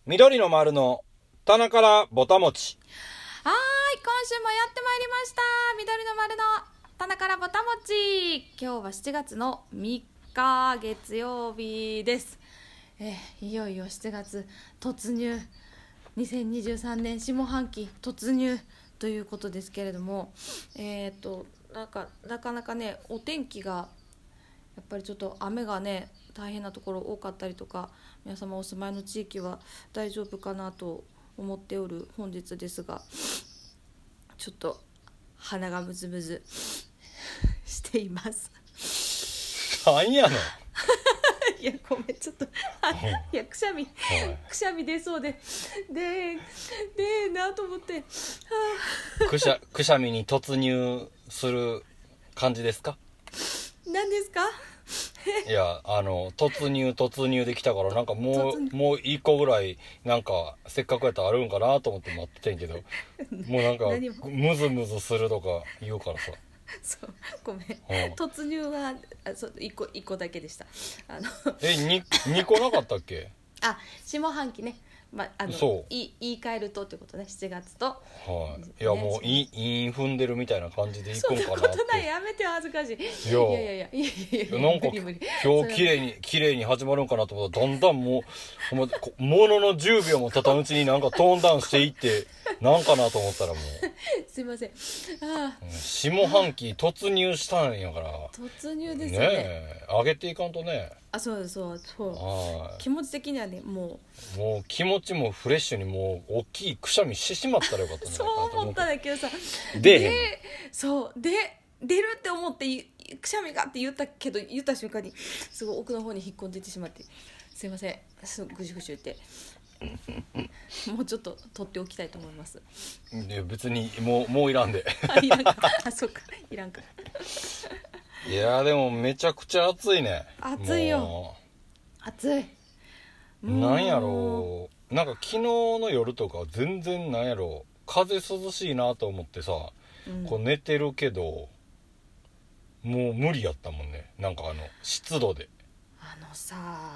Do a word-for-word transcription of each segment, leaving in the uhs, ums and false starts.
緑の丸の棚からぼたもち。 はーい、今週もやってまいりました。緑の丸の棚からぼたもち。今日はしちがつのみっか月曜日です。えー、いよいよしちがつ突入、にせんにじゅうさんねん下半期突入ということですけれども、えーとなんかなかなかね、お天気がやっぱりちょっと雨がね大変なところ多かったりとか、皆様お住まいの地域は大丈夫かなと思っておる本日ですが、ちょっと鼻がムズムズしていますなんやのいやごめん、ちょっといやくしゃみくしゃみ出そうでででなと思って、はあ、くしゃくしゃみに突入する感じですか？ 何ですか？ いや、あの突入突入できたから、なんかもうもう一個ぐらいなんかせっかくやったらあるんかなと思って待っててんけどもうなんかムズムズするとか言うからさそうごめん、 うん、 突入はあそういっこいっこだけでした。あのえ に, にこなかったっけ？ あ、下半期ね、ま、あのそうい言い換えるとってことね、しちがつと、 はい、いやもういい踏んでるみたいな感じでいくんかなって。 そんなことない、やめて、恥ずかしい。いやいやいやいやいやいやいや、 なんか無理無理、 今日綺麗に綺麗に始まるんかなと思ったら、だんだんもうほんまこもののじゅうびょうも経たんうちになんかトーンダウンしていってなんかなと思ったらもうすいません、あうん下半期突入したんやから突入ですよね。 ねえ上げていかんとね。 あ、そうそうそう、 はい、 気持ち的にはね、もうもう気持ちもフレッシュに、もう大きいくしゃみしてしまったらよかったうね。 そう思ったんだけどさ、 出えへんでそうで出るって思ってくしゃみがって言ったけど、言った瞬間にすごい奥の方に引っ込んでいってしまって、すいません、すぐぐしゅぐしゅ言ってもうちょっと取っておきたいと思います。 で別にもうもういらんであ、いらんか、あ、そっか、いらんか。 いやでもめちゃくちゃ暑いね。 暑いよ、暑い。 なんやろう、なんか昨日の夜とか全然なんやろう、風涼しいなと思ってさ、うん、こう寝てるけどもう無理やったもんね。なんかあの湿度で。 あのさ、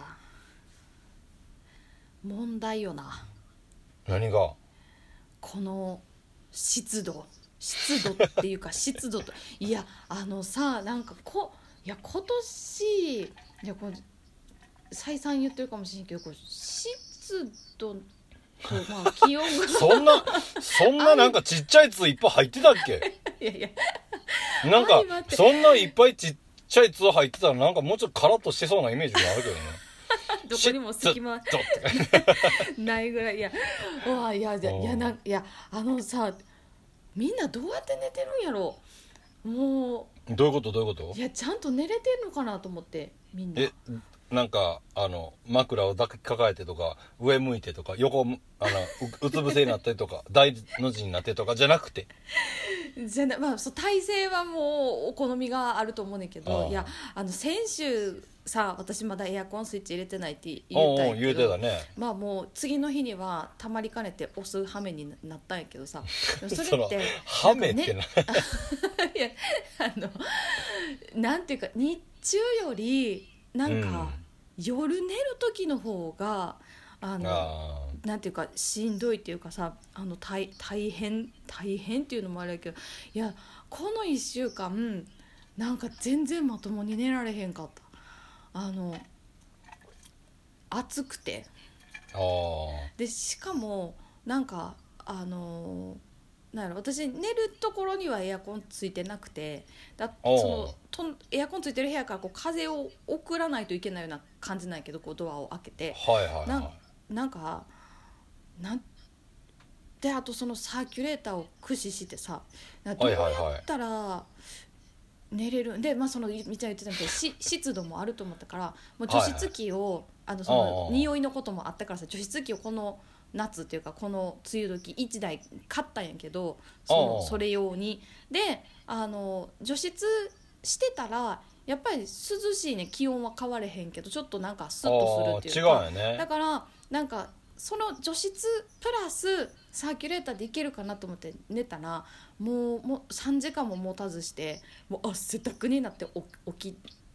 問題よな。 何が？ この湿度湿度っていうか湿度と、いやあのさ、なんかこいや今年、いやこれ再三言ってるかもしれんけど、これ湿度とまあ気温がそんなそんななんかちっちゃいついっぱい入ってたっけ？ いやいや、 なんかそんないっぱいちっちゃいつ入ってたら、なんかもうちょっとカラッとしてそうなイメージがあるけどねどこにも隙間ないぐらい。いやうわ、いやいやいや、なんいやあのさ、みんなどうやって寝てるんやろう。もうどういうことどういうこと？ いや、ちゃんと寝れてんのかなと思って、みんな。 えなんかあの枕を抱き抱えてとか、上向いてとか、横あの う, うつ伏せになったりとか大の字になってとかじゃなくてじゃな、まあ、そう体勢はもうお好みがあると思うねんけど、いやあの先週さ、私まだエアコンスイッチ入れてないって言ったんやけど、 言うてたね。 まあもう次の日にはたまりかねて押す羽目になったんやけどさそれって羽目ってな、ね、 いやあのなんていうか、日中よりなんか、うん、夜寝る時の方があのあなんていうかしんどいっていうかさ、あの 大, 大変大変っていうのもあるけど、いやこのいっしゅうかんなんか全然まともに寝られへんかった。あの暑くて、 あでしかもなんかあのなんやろ、私寝るところにはエアコンついてなくて、だそのとエアコンついてる部屋からこう風を送らないといけないような感じなんやけど、こうドアを開けて、 はいはいはい、 な, なんかなんで、あとそのサーキュレーターを駆使してさ、どうやったら寝れる、はいはいはい、で、まあ、そのみっちゃん言ってたみたいに湿度もあると思ったから、もう除湿機を、はいはい、あのその匂いのこともあったからさ、除湿機をこの夏っていうかこの梅雨時いちだい買ったんやけど、そのそれ用にで、あの除湿してたらやっぱり涼しいね、気温は変われへんけどちょっとなんかスッとするっていうか、 違うよね。 だからなんかその除湿プラスサーキュレーターでいけるかなと思って寝たら、もう、もうさんじかんも持たずして、もう汗だくになって起き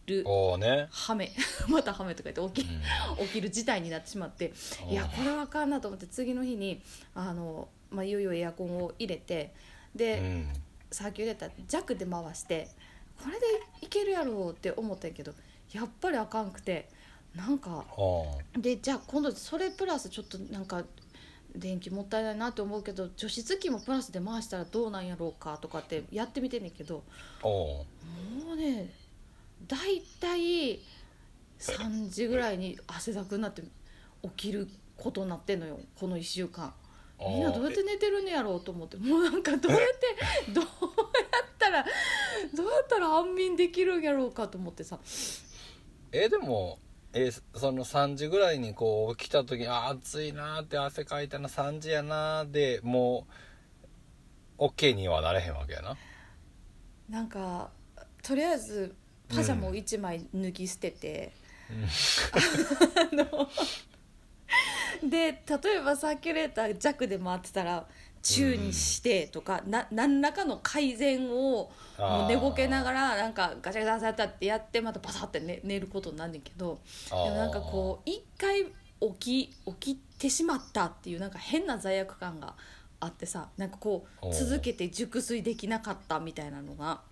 るおーねハメまたハメとか言って起き、 うん、 起きる事態になってしまって、いやこれはあかんなと思って、次の日にあの、まあ、いよいよエアコンを入れて、で、うん、サーキュレーター弱で回してこれでいけるやろうって思ったんやけど、やっぱりあかんくて、なんかで、じゃあ今度それプラスちょっとなんか電気もったいないなって思うけど、除湿機もプラスで回したらどうなんやろうかとかってやってみてんねんけど、もうねだいたいさんじぐらいに汗だくになって起きることになってんのよ、このいっしゅうかん。みんなどうやって寝てるんやろうと思って、もうなんかどうやってどうやったらどうやったら安眠できるんやろうかと思ってさ。 えでもえそのさんじぐらいにこう起きた時に、あ暑いなって汗かいたなさんじやなでもう OK にはなれへんわけやな。 なんかとりあえずパジャマをいちまい脱ぎ捨てて、うん、あので例えばサーキュレーター弱で回ってたら中にしてとか、うん、な何らかの改善をもう寝ぼけながらなんかガチャガチャガチャってやってまたパサって 寝, 寝ることになんねんけど、でもなんかこう一回起き起きてしまったっていうなんか変な罪悪感があってさ、なんかこう続けて熟睡できなかったみたいなのが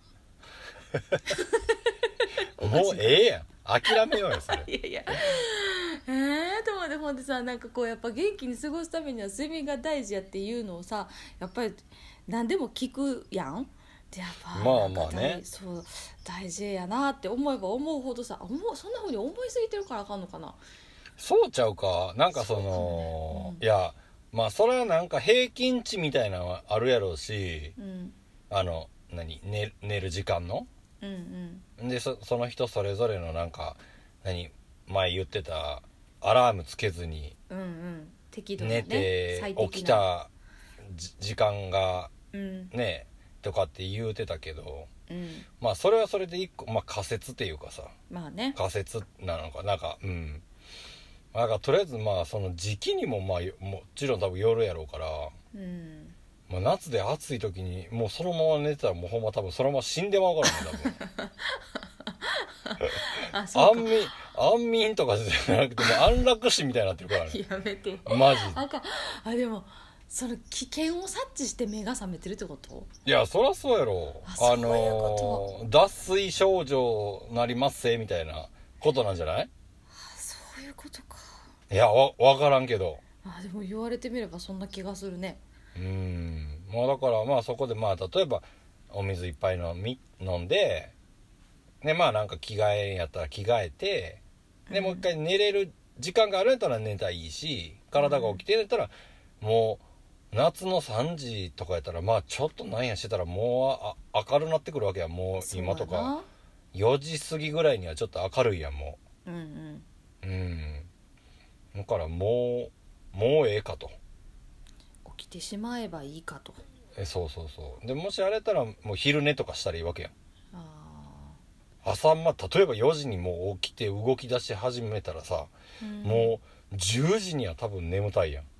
もうええやん、諦めようよそれいやいやえーと思って、ほんでさ、なんかこうやっぱ元気に過ごすためには睡眠が大事やっていうのをさ、やっぱり何でも聞くやん。でやっぱまあまあね、 そう大事やなって思えば思うほどさ、思うそんな風に思いすぎてるからあかんのかな。 そうちゃうか、なんかその、うん、いやまあそれはなんか平均値みたいなのはあるやろうし、うん、あの何 寝, 寝る時間の、うんうん、で そ, その人それぞれのなんか何前言ってたアラームつけずに寝て起きた時間がね、うん、とかって言うてたけど、うん、まあそれはそれで一個、まあ、仮説っていうかさ、まあね、仮説なのかなんかうんなんかとりあえずまあその時期にもまあもちろん多分よるやろうから、うんまあ、夏で暑い時にもうそのまま寝てたらもうほんま多分そのまま死んでまうからね多分あそうか安眠安眠とかじゃなくても安楽死みたいになってるからねやめてマジなんかあでもその危険を察知して目が覚めてるってこと？ いやそりゃそうやろ。あ、あのー、脱水症状なりますせみたいなことなんじゃない？ あそういうことか。 いやわ分からんけど、 あでも言われてみればそんな気がするね。 うーんまあだからまあそこでまあ例えばお水いっぱい飲み飲んででまあなんか着替えやったら着替えてで、うん、もう一回寝れる時間があるんやったら寝たらいいし、体が起きて寝たら、うん、もう夏のさんじとかやったらまあちょっとなんやしてたらもうあ明るなってくるわけや。もう今とかよじ過ぎぐらいにはちょっと明るいやんもう、うんうんうんだからもうもうええかと、 起きてしまえばいいかと。 えそうそうそうでもしあれやったらもう昼寝とかしたらいいわけやん。あ朝ま例えばよじにもう起きて動き出し始めたらさ、うん、もうじゅうじには多分眠たいやん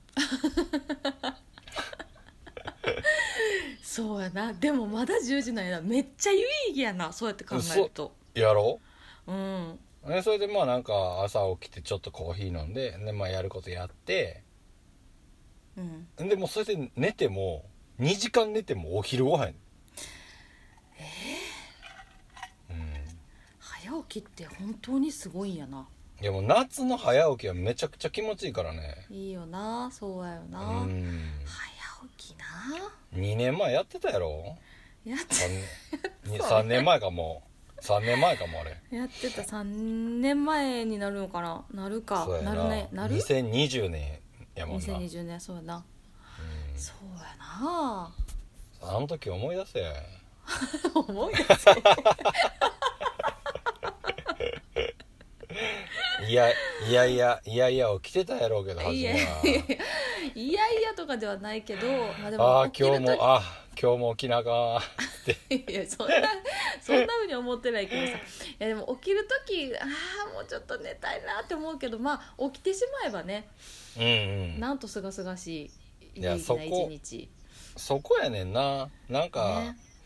そうやな。でもまだじゅうじなんやな。めっちゃ有意義やなそうやって考えると。 やろう、うんね、それでまあなんか朝起きてちょっとコーヒー飲んで、でまあやることやって、うん、でもそれで寝てもにじかん寝てもお昼ご飯やん。えー、うん、早起きって本当にすごいんやな。 いやもう夏の早起きはめちゃくちゃ気持ちいいからね。 いいよな。そうやよな、うん、早起きな。 にねんまえやってたやろ。 やってたさんねんまえかもさんねんまえかもあれやってた。さんねんまえになるのかな。なるかそうやな。 なるね。なるにせんにじゅうねんやもんな。 にせんにじゅうねんそうやな、うん、そうやな。 あの時思い出せ思い出せいやいやいやいやいや起きてたやろうけど初めは。いやいやいやいやとかではないけど、まあ、でもああ今日もあ今日も起きなかっていやそんなそんな風に思ってないけどさ、いやでも起きる時ああもうちょっと寝たいなって思うけど、まあ起きてしまえばね、うんうん、なんとすがすがしい有意義な一日。 そこやねんな。なんか、ね、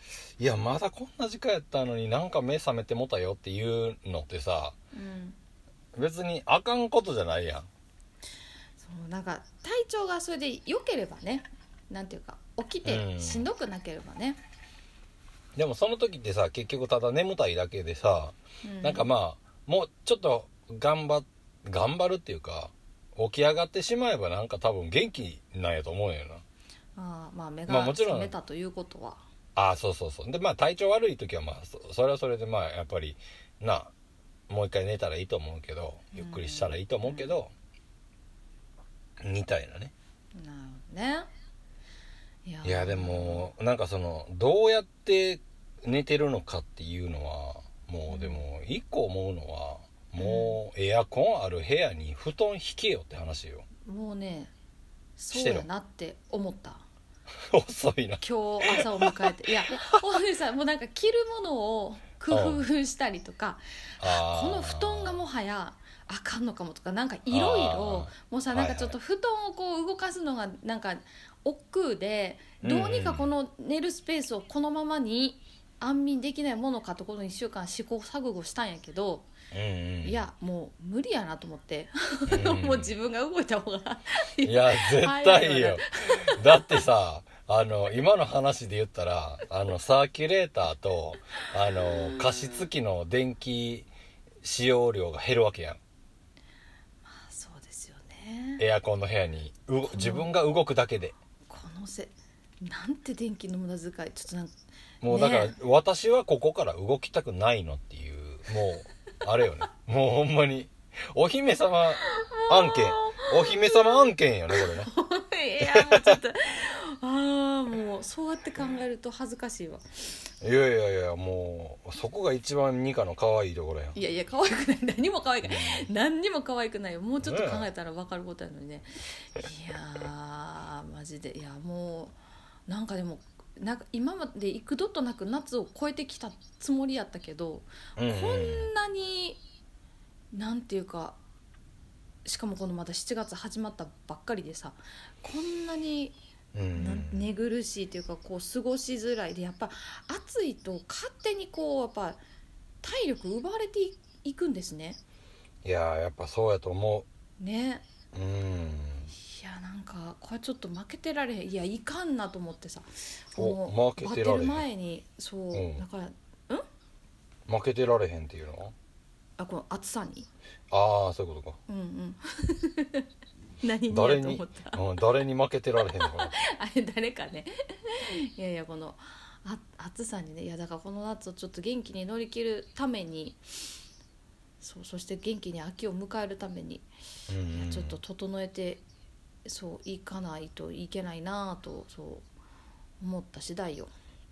いやまだこんな時間やったのになんか目覚めてもたよっていうのってさ、 うん、 別にあかんことじゃないやん。 そうなんか体調がそれで良ければね、なんていうか起きてしんどくなければね、 うん、でもその時ってさ結局ただ眠たいだけでさ、うん、なんかまあもうちょっと頑張頑張るっていうか起き上がってしまえばなんか多分元気なんやと思うよな。 あまあ目が覚めたということは、 ああそうそうそう。でまあ体調悪い時はまあ そ, それはそれでまあやっぱりなもう一回寝たらいいと思うけど、ゆっくりしたらいいと思うけど、うん、みたいなね。 なるほどね。 いや, いやでもなんかそのどうやって寝てるのかっていうのはもうでも一個思うのは、もうエアコンある部屋に布団引けよって話よ。 もうねそうやなって思った遅いな今日朝を迎えていやほんでさもうなんか着るものを工夫したりとか、この布団がもはやあかんのかもとか、なんかいろいろもうさなんかちょっと布団をこう動かすのがなんか億劫で、どうにかこの寝るスペースをこのままに安眠できないものかところにいっしゅうかん試行錯誤したんやけど、 うんうん、 いやもう無理やなと思って、うん、もう自分が動いた方がいや絶対いいよだってさあの今の話で言ったらあのサーキュレーターとあの加湿器の電気使用量が減るわけやん。 まあそうですよね。 エアコンの部屋にう自分が動くだけでこのせなんて電気の無駄遣い、ちょっとなんかもうだから、ね、私はここから動きたくないのっていうもうあれよねもうほんまにお姫様案件お姫様案件よねこれねいやもうちょっとああもうそうやって考えると恥ずかしいわ。 いやいやいやもうそこが一番ニカの可愛いところやん。 いやいや可愛くない、何も可愛くない、うん、何にも可愛くないよ。もうちょっと考えたら分かることやのにね。いやーマジでいやもうなんかでもなんか今まで幾度となく夏を越えてきたつもりやったけど、うんうん、こんなになんていうか、しかもこのまだしちがつ始まったばっかりでさ、こんなに寝苦しいというかこう過ごしづらいで、やっぱ暑いと勝手にこうやっぱ体力奪われていくんですね。 いややっぱそうやと思うね。 うんいやなんかこれちょっと負けてられへん、いやいかんなと思ってさ、 もう負けてられへん、 バテる前にそう、うん、だからうん負けてられへんっていうのはあこの暑さに、 ああそういうことか。 うんうん何にやと思った。 誰に、うん、誰に負けてられへんのかなあれ誰かねいやいやこのあ暑さにね、いやだからこの夏をちょっと元気に乗り切るために、そう、そして元気に秋を迎えるために、うんうん、いやちょっと整えてそういかないといけないなとそう思った次第よ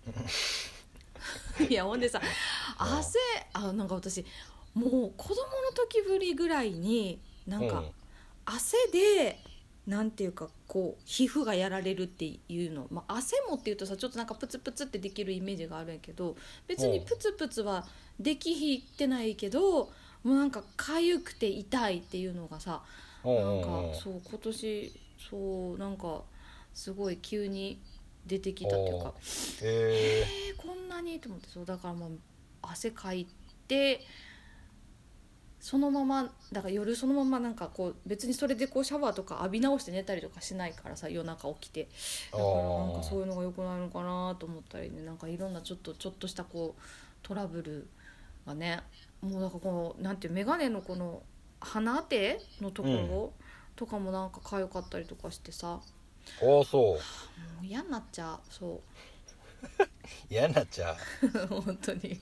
いやほんでさ汗あなんか私もう子供の時ぶりぐらいになんか、うん汗でなんていうかこう皮膚がやられるっていうの、まあ、汗もっていうとさちょっとなんかプツプツってできるイメージがあるんやけど、別にプツプツはできひってないけど、もうなんか痒くて痛いっていうのがさ、なんかそう今年そうなんかすごい急に出てきたっていうか、 えー、こんなにと思って、そうだからもう汗かいてそのままだから夜そのままなんかこう別にそれでこうシャワーとか浴び直して寝たりとかしないからさ、夜中起きて、だからなんかそういうのが良くないのかなと思ったりね、なんかいろんなちょっとちょっとしたこうトラブルがね、もうなんかこのなんていうメガネのこの鼻当てのところとかもなんか痒かったりとかしてさ、 うん、ああそうもう嫌になっちゃう、そう嫌になっちゃう本当に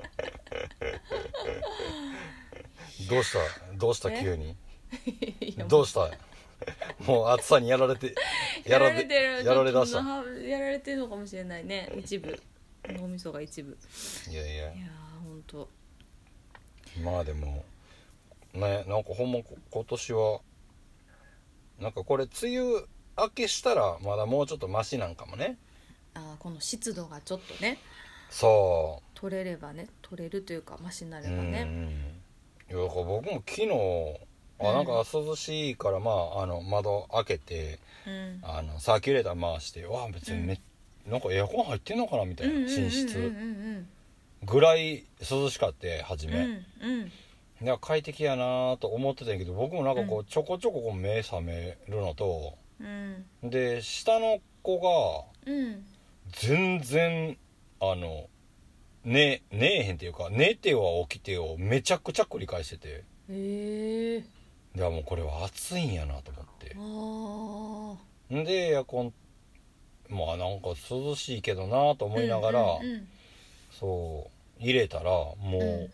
どうしたどうした急にどうしたもう暑さにやられてやられてるやられだしたやられてるのかもしれないね、一部脳みそが一部。 いやいやいやほんとまあでもね、なんかほんま今年はなんかこれ梅雨明けしたらまだもうちょっとマシなんかもね。 あこの湿度がちょっとねそう取れればね、取れるというかマシになればね。 うん、いやだから僕も昨日あなんか涼しいから、まあ、あの窓開けて、うん、あのサーキュレーター回してわ別にめ、 なんかエアコン入ってんのかなみたいな、寝うん室うんうんぐらい涼しかって初め、 うんうんうんいや快適やなと思ってたんやけど、僕もなんかこううちょこちょここう目覚めるのと、 うんで下の子がうん全然あの寝寝えへんっていうか、寝ては起きてをめちゃくちゃ繰り返してて、 へえいやもうこれは暑いんやなと思ってああんでエアコンまあなんか涼しいけどなと思いながら、 うんうんうんそう入れたらもうんう、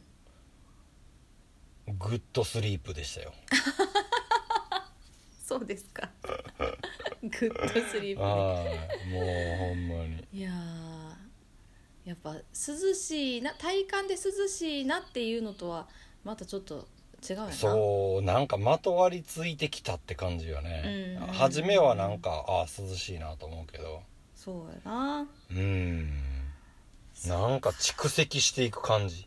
グッドスリープでしたよ。 そうですかグッドスリープねはいもうほんまにいやーやっぱ涼しいな、体感で涼しいなっていうのとはまたちょっと違うよな。 そうなんかまとわりついてきたって感じよね、 うんうんうん初めはなんかああ涼しいなと思うけど、 そうやな。 うんなんか蓄積していく感じ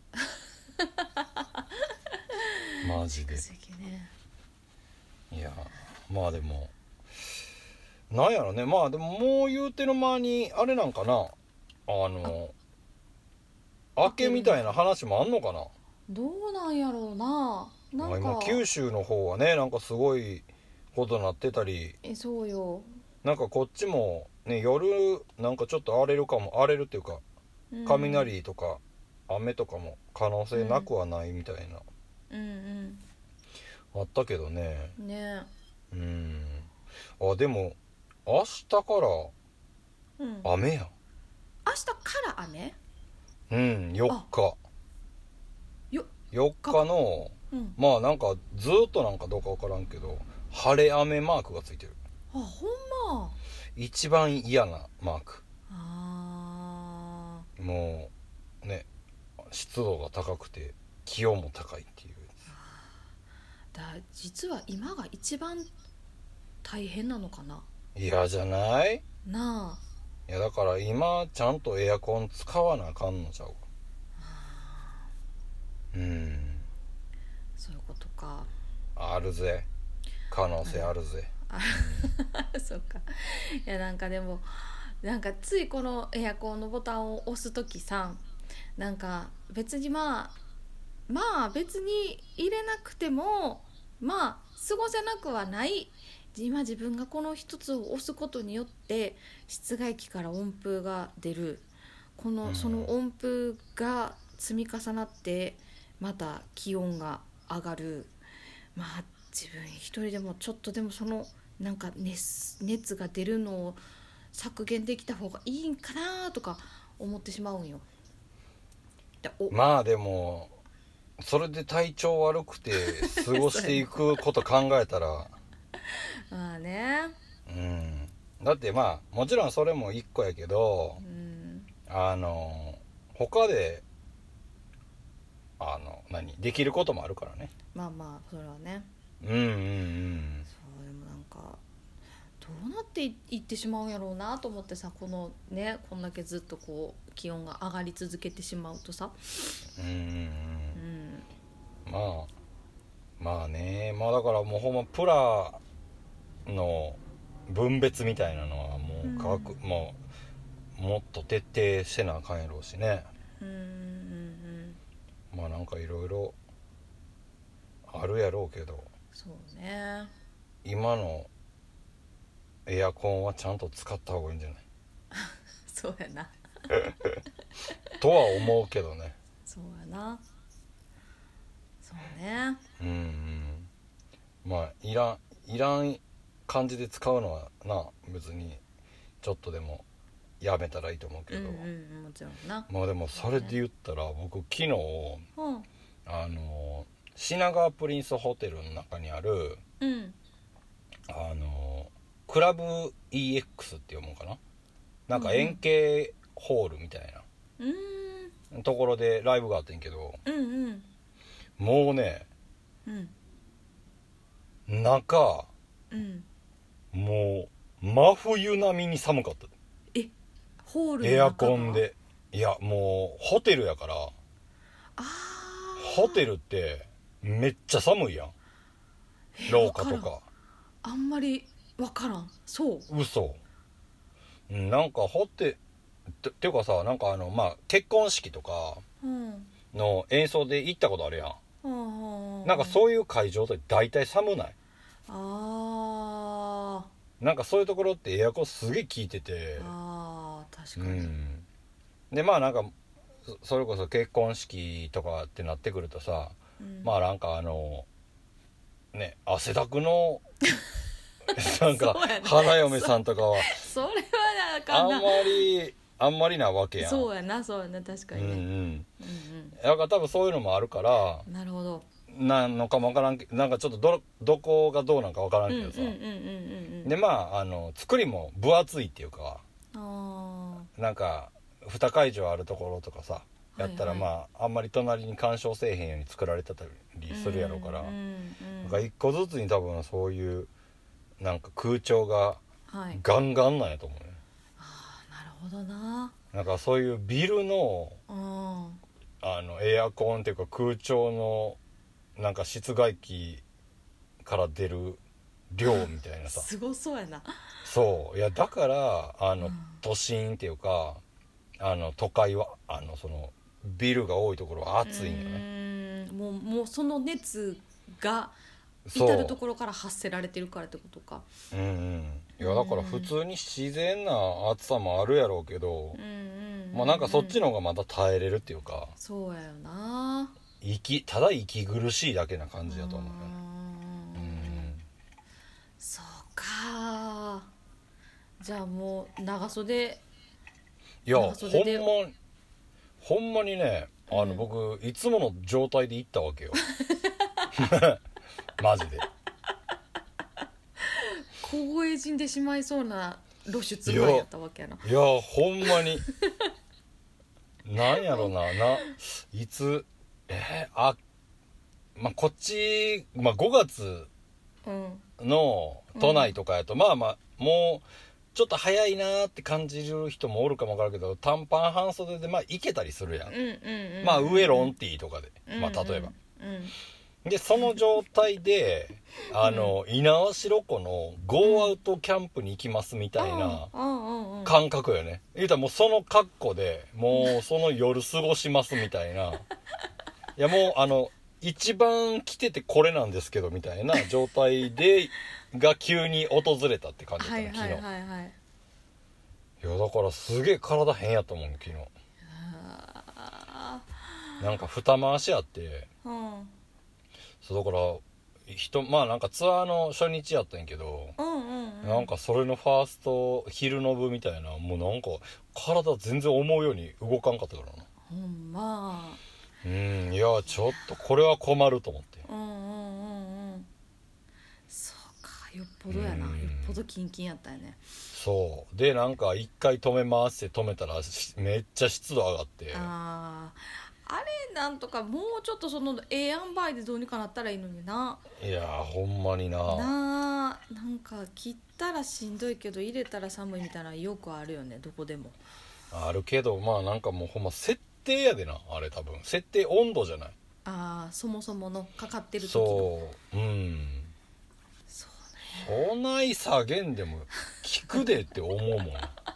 マジで。 蓄積ね。 いやまあでもなんやろね、まあでももう言うてる間にあれなんかな、あの明けみたいな話もあんのかな。 どうなんやろうな。なんか今九州の方はねなんかすごいことなってたり、 えそうよ、 なんかこっちもね夜なんかちょっと荒れるかも、荒れるっていうかうん雷とか雨とかも可能性なくはないみたいな、 うんあったけどね。 うんねうんあでも明日からうん雨や。 明日から雨うんよっかよよっかのうんまあなんかずっとなんかどうか分からんけど晴れ雨マークがついてる。 あほんま一番嫌なマーク。 あもうね湿度が高くて気温も高いっていう。 ーだ実は今が一番大変なのかな。 嫌じゃない？ なあいやだから今ちゃんとエアコン使わなあかんのちゃうか。うんそういうことか。 あるぜ可能性あるぜ。 あそっか。いやなんかでもなんかついこのエアコンのボタンを押す時さ、なんか別にまあまあ別に入れなくてもまあ過ごせなくはない。今自分がこの一つを押すことによって室外機から温風が出る、この、 うん、 その温風が積み重なってまた気温が上がる。まあ自分一人でもちょっとでもそのなんか 熱, 熱が出るのを削減できた方がいいんかなとか思ってしまうんよ。でおまあでもそれで体調悪くて過ごしていくこと考えたらまあね、 うんだってまあもちろんそれも一個やけど、 うん、 あの他であの何できることもあるからね。 まあまあそれはね。 うんうんうんそうでもなんかどうなっていいってしまうんやろうなと思ってさ、このねこんだけずっとこう気温が上がり続けてしまうとさ、 うんうんうんうんまあまあねまあだからもうほんまプラの分別みたいなのはもう科学、 うんもうもっと徹底してなあかんやろうしね。 うんうんまあなんかいろいろあるやろうけどそうね。 今のエアコンはちゃんと使った方がいいんじゃないそうやなとは思うけどね。 そうやなそうね。 うんうんまあいらんいらん感じで使うのはな別にちょっとでもやめたらいいと思うけど、 うんうんもちろんな。 まあでもそれで言ったら僕昨日うんあの品川プリンスホテルの中にあるうんあのクラブ イーエックス って読むのかな、なんか円形ホールみたいうんなところでライブがあってんけど、 うんうんもうねうん中うんもう真冬並みに寒かった。 えホールの中がエアコンでいやもうホテルやから、 あホテルってめっちゃ寒いやん廊下とか。 あんまり分からん。そう嘘。なんかホテてていうかさ、なんかあのまあ結婚式とかうんの演奏で行ったことあるやん。 うんなんかそういう会場って大体寒ない？ あなんかそういうところってエアコンすげえ効いてて、 ーあー確うかに、 ん、でまあなんかそそれこそ結婚式とかってなってくるとさ、 うんまあなんかあのね汗だくのなんかそうやな花嫁さんとかはそれはああかんなんまりあんまりなわけやん。 そうやなそうやな確かうんうにね、 ん、 うんだから多分そういうのもあるからうん、なるほどなのかもわからんけど、なんかちょっとどどこがどうなんかわからんけどさ、 うんうんうんうんうんうんでまああの作りも分厚いっていうか、 あなんかに会場あるところとかさやったら、 はいはいまああんまり隣に干渉せえへんように作られてたりするやろうから、 うんうんうんなんか一個ずつに多分そういうなんか空調がはいガンガンなんやと思うね。 ああなるほどななんかそういうビルのうんあのエアコンっていうか空調のなんか室外機から出る量みたいなさすごそうやなそういやだからあの、 うん都心っていうかあの都会はあのそのビルが多いところは暑いんよね。 うーんもうもうその熱がそう至るところから発せられてるからってことかうんうんいやだから普通に自然な暑さもあるやろうけど、 うんうんうんまあなんかそっちの方がまだ耐えれるっていうかそうやよな息ただ息苦しいだけな感じだと思うよ。 ううんんそうかじゃあもう長袖いやほん長袖でまほんまにねあの、 うん僕いつもの状態で行ったわけよマジで凍え死んでしまいそうな露出感やったわけやないやほんまになんやろなないつえー、あまあこっち、まあ、ごがつうんの都内とかやと、まあまあもうちょっと早いなーって感じる人もおるかもわからんけど短パン半袖でまあいけたりするやん、 うんうんうんうんまあ上ロンティーとかで、まあ例えば、 うんでその状態であの、猪苗代湖のゴーアウトキャンプに行きますみたいなうんうんうん感覚よね。言うたらもうその格好でもうその夜過ごしますみたいないやもうあの一番来ててこれなんですけどみたいな状態でが急に訪れたって感じだったね、 はいはい昨日。 はいはいいやだからすげえ体変やったもん昨日。 あなんか二回しあってーうんそうだから人まあなんかツアーの初日やったんやけど、 うんうんうんなんかそれのファースト昼の部みたいなもうなんか体全然思うように動かんかったからな。 ほんまうんいやちょっとこれは困ると思ってうんうんうんうんそうかよっぽどやなうんよっぽどキンキンやったよねそうでなんか一回止めますって止めたらしめっちゃ湿度上がってあーあれなんとかもうちょっとそのええ塩梅でどうにかなったらいいのにないやーほんまにななあなんか切ったらしんどいけど入れたら寒いみたいなのよくあるよねどこでもあるけどまあなんかもうほんま設定やでなあれ多分設定温度じゃないああそもそものかかってる時のそううんそうねそない下げんでも効くでって思うもん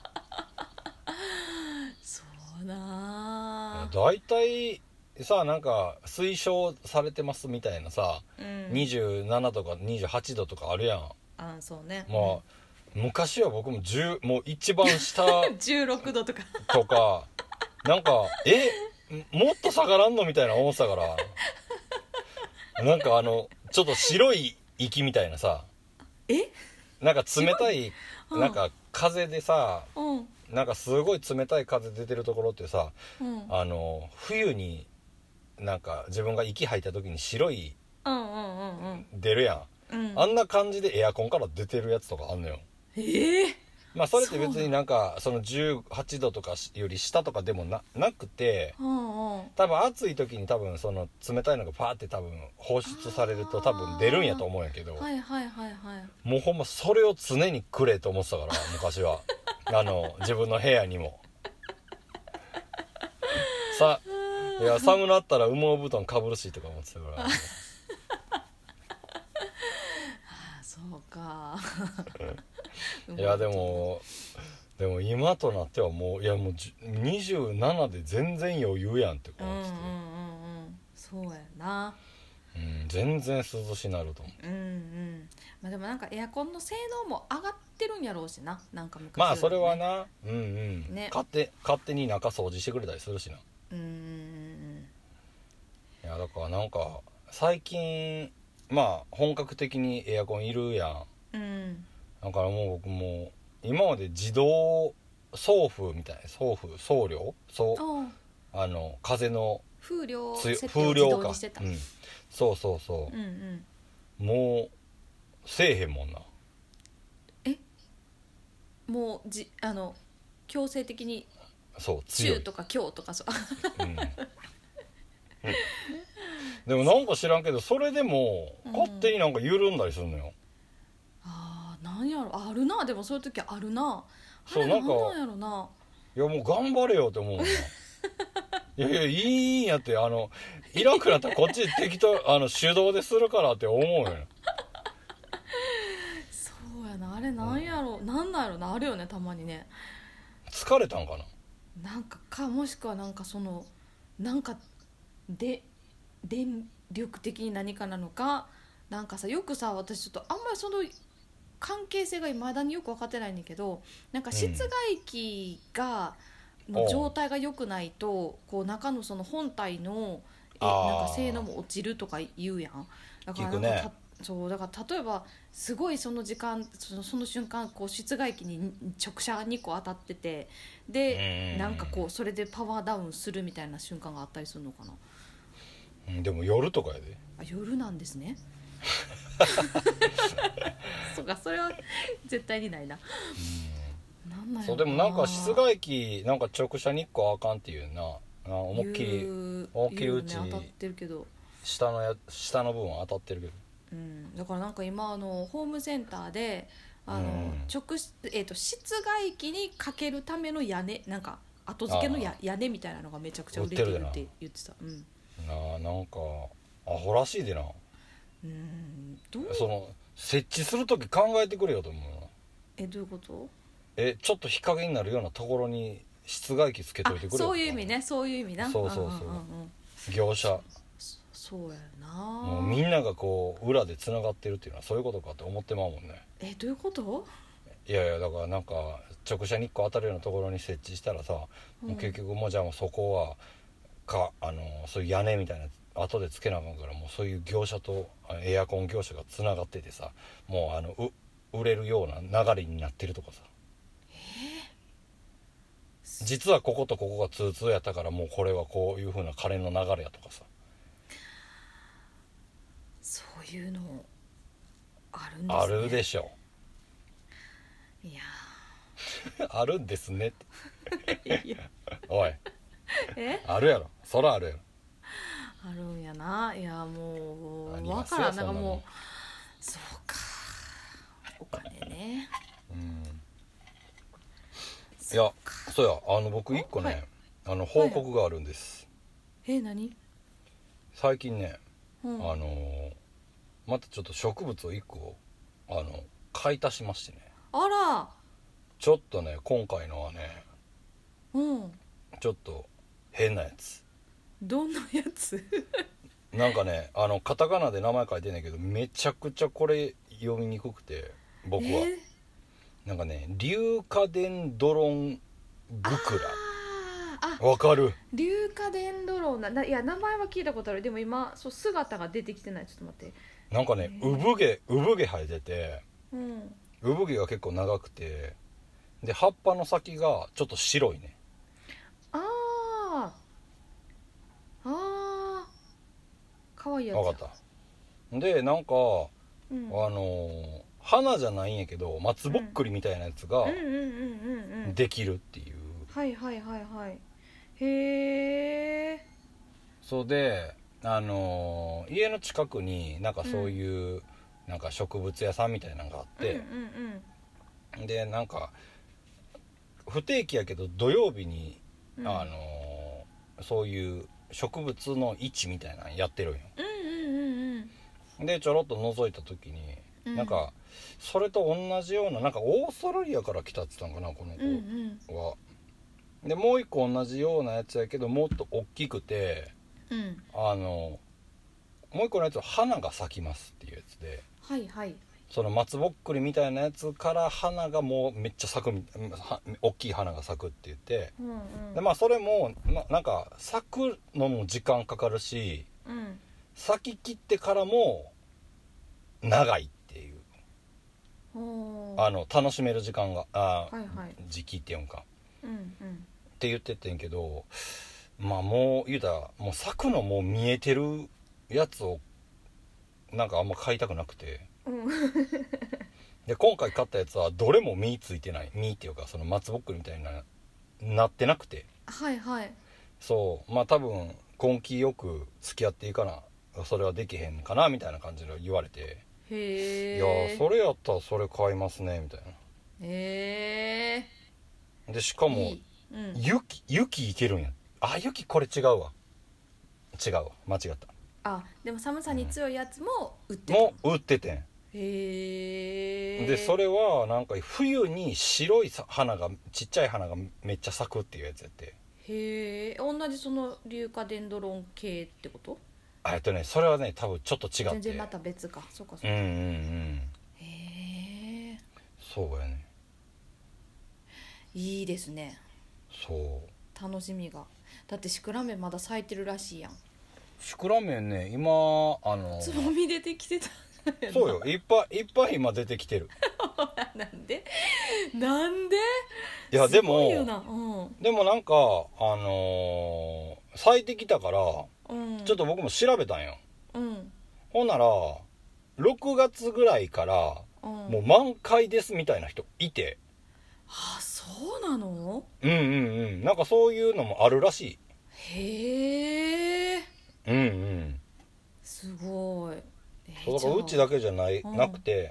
そうなだいたいさなんか推奨されてますみたいなさ、 うんにじゅうななとかにじゅうはちどとかあるやん。 あーそうねまあ、昔は僕もじゅうもう一番下じゅうろくどとかとかなんかえもっと下がらんのみたいな思ってたからなんかあのちょっと白い息みたいなさえなんか冷たいうんなんか風でさうんなんかすごい冷たい風出てるところってさうんあの冬になんか自分が息吐いた時に白いうんうんうんうん出るやん、 うんあんな感じでエアコンから出てるやつとかあんのよ。 ええまあそれって別になんかそのじゅうはちどとかより下とかでも な, なくてうんうん多分暑い時に多分その冷たいのがパーって多分放出されると多分出るんやと思うんやけど、 はいはいはいはいもうほんまそれを常にくれと思ってたから昔はあの自分の部屋にもさいや寒なったら羽毛布団かぶるしとか思ってたからあそうかいやでもでも今となってはもういやもうにじゅうななで全然余裕やんって思ってて、 うんうんうんうんそうやな、 うん、全然涼しなると思う。 うんうんまあでもなんかエアコンの性能も上がってるんやろうしな、なんか昔まあそれはね、 なうんうん、 ね勝手勝手に中掃除してくれたりするしな。 うんうんいやだからなんか最近まあ本格的にエアコンいるやん。 うんうんだからもう僕も今まで自動送風みたいな送風送料そうおうあの風の風量つ設定を自風量か動にしてた、 うんそうそうそうんうんうもうせえへんもんな。 もうじあの強制的にそう強い中とか強とかそううんでもなんか知らんけどそれでも勝手になんか緩んだりするのよ、 あーなんやろあるな、でもそういう時あるな、あそうなんかれなんなんやろな、 いやもう頑張れよって思うのいやいやいいんやってあのいらんくなったらこっちで適当あの手動でするからって思うよそうやな、あれなんやろ、なんなんやろな、あるよねたまにね、 疲れたんかな。 なんかかもしくはなんかそのなんかで電力的に何かなのか、なんかさよくさ私ちょっとあんまりその関係性が未だによく分かってないんだけど、なんか室外機が、の状態が良くないとこう中のその本体のえあーなんか性能も落ちるとか言うやん。だからなんか聞くねたそうだから例えばすごいその時間その、その瞬間こう室外機に直射にこ当たっててでうんなんかこうそれでパワーダウンするみたいな瞬間があったりするのかな。 うんでも夜とかやであ夜なんですねそうかそれは絶対にないな。なんなんやろなそうでもなんか室外機なんか直射日光あかんっていうなあ思いっきり言う思いっきりうち言うね当たってるけど、 下のや下の部分は当たってるけどうん、だからなんか今あのホームセンターであの、 うん直しえー、と室外機にかけるための屋根なんか後付けのやあ屋根みたいなのがめちゃくちゃ売れてるって言ってた。うんなあなんかアホらしいでなうんどうその設置する時考えてくれよと思うな。 えどういうことえちょっと日陰になるようなところに室外機つけといてくれよそういう意味ねそういう意味なそうそうそううんうんうんうん業者そそうやなもうみんながこう裏でつながってるっていうのはそういうことかって思ってまうもんね。 えどういうこといやいやだからなんか直射日光当たるようなところに設置したらさ、 うんもう結局もうじゃあもうそこはかあのそういう屋根みたいな後でつけなあかんからもうそういう業者とあエアコン業者がつながっててさもうあのう売れるような流れになってるとかさ、実はこことここが通通やったからもうこれはこういう風な金の流れやとかさそういうのあるんですね。 あるでしょいやあるんですねってーいやおいえあるやろそらあるやろあるんやな。いやもうありますよわからんなんかそんなもんもうそうかお金ね。 うんいやそうやあの僕一個ね、 はいあの報告があるんです、 え何最近ね、 うんあのーまたちょっと植物を一個あの買い足しましてねあらちょっとね今回のはねうんちょっと変なやつどんなやつなんかねあのカタカナで名前書いてんねんけどめちゃくちゃこれ読みにくくて僕は、 えなんかねリューカデンドロングクあーあラわかる硫化デンドロンなないや名前は聞いたことある。でも今そう姿が出てきてない。ちょっと待って。 なんかね産毛産毛生えててうん産毛が結構長くてで葉っぱの先がちょっと白いねあああーかわいいやつや。 わかったでなんか、 うんあのー花じゃないんやけど松ぼっくりみたいなやつがうんうんうんうんうんできるっていう、 はいはいはいはいへえそうであのー家の近くになんかそういう、なんか植物屋さんみたいなのがあって、 うんうんでなんか不定期やけど土曜日に、 うんあのーそういう植物の市みたいなのやってるんよ。 うんうんうんうんでちょろっと覗いた時にうん、 なんかそれと同じような、なんかオーストラリアから来たって言ったのかなこの子は、 うんうん、 でもう一個同じようなやつやけどもっと大きくて、 うん、 あのもう一個のやつは花が咲きますっていうやつで、 はいはい、 その松ぼっくりみたいなやつから花がもうめっちゃ咲くみ大きい花が咲くって言って、 うんうん、 でまあそれもななんか咲くのも時間かかるし、 うん、 咲き切ってからも長いっていう、あの楽しめる時間があ、 はいはい、 時期っていうんか、 うんうん、 って言っててんけど、まあもう言うたらもう咲くのもう見えてるやつをなんかあんま買いたくなくて、 うん、 で今回買ったやつはどれも実ついてない、実っていうかその松ぼっくりみたいななってなくて、 はいはい、 そうまあ多分根気よく付き合っていいかな、それはできへんかなみたいな感じで言われて、 へいやそれやったらそれ買いますねみたいな。 へえ、 でしかもいい、うん、 雪雪いけるんや。あ雪これ違うわ違うわ間違った。 あでも寒さに強いやつも売ってた、 もう売っててん。 へえ、 でそれはなんか冬に白いさ花がちっちゃい花がめっちゃ咲くっていうやつやって、 へえ、同じその硫化デンドロン系ってこと？ あえっとねそれはね多分ちょっと違って、 全然また別か、そうかそうか、 うんうんうん、 へえ、 そうやね、 いいですね、 そう楽しみが。だってシクラメンまだ咲いてるらしいやん。 シクラメンね今あのつぼみ出てきてたそうよいっぱいいっぱい今出てきてるなんでなんでいやですごいよもな、うんでもなんかあのー咲いてきたからうん、 ちょっと僕も調べたんよ。 うんほんならろくがつぐらいからうん、 もう満開ですみたいな人いて、 あ、そうなの？ うんうんうんなんかそういうのもあるらしへえ、 い。うんうんすごい。えーそうだからうちだけじゃない、 うんなくて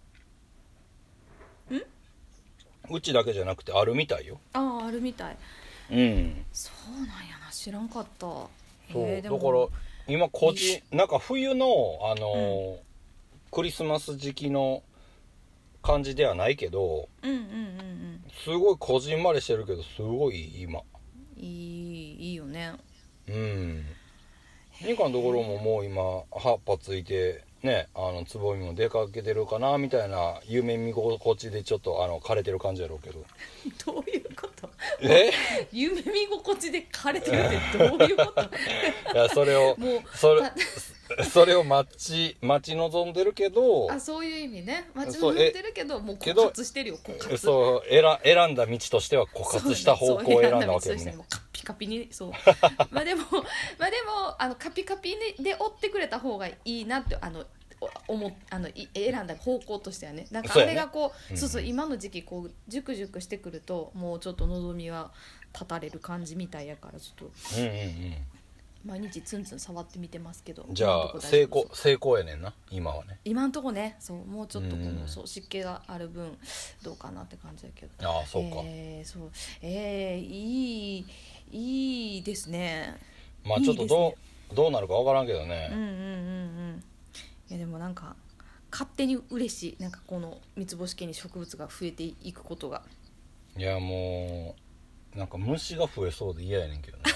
うちだけじゃなくてあるみたいよ。 ああ、あるみたい。 うんそうなんやな、知らんかった。 そうへーでもだから今個人なんか冬のあのークリスマス時期の感じではないけどうんうんうんうんすごいこじんまりしてるけどすごい今いい、いいよね。 うんみかんのところももう今葉っぱついてねあのつぼみも出かけてるかなみたいな夢見心地でちょっとあの枯れてる感じやろうけどどういうこと？ え夢見心地で枯れてるってどういうこと？ いやそれをもうそれそれを待ち待ち望んでるけどあ、そういう意味ね。待ち望んでるけどもう枯けど渇してるよ、枯渇。 そう選選んだ道としては枯渇した方向を選んだわけよね。 そう選んだ道としてもうカッピカピにそうまあでもまあでもあのカピカピで追ってくれた方がいいなってあの思っあのい選んだ方向としてはね、なんかあれがこう、そうそう今の時期こうジュクジュクしてくるともうちょっと望みは立たれる感じみたいやからちょっとうんうんうん毎日ツンツン触ってみてますけど、 じゃあ成功成功やねんな今はね。 今んとこね、そうもうちょっとこの、 うんそう湿気がある分どうかなって感じだけど、 ああそうか、 えー、そうえー、いいいいですね。 まあちょっとどういいですね、 どうなるか分からんけどね、 うんうんうんうんいやでもなんか勝手に嬉しい、なんかこの三つ星家に植物が増えていくことが。 いやもうなんか虫が増えそうで嫌やねんけどね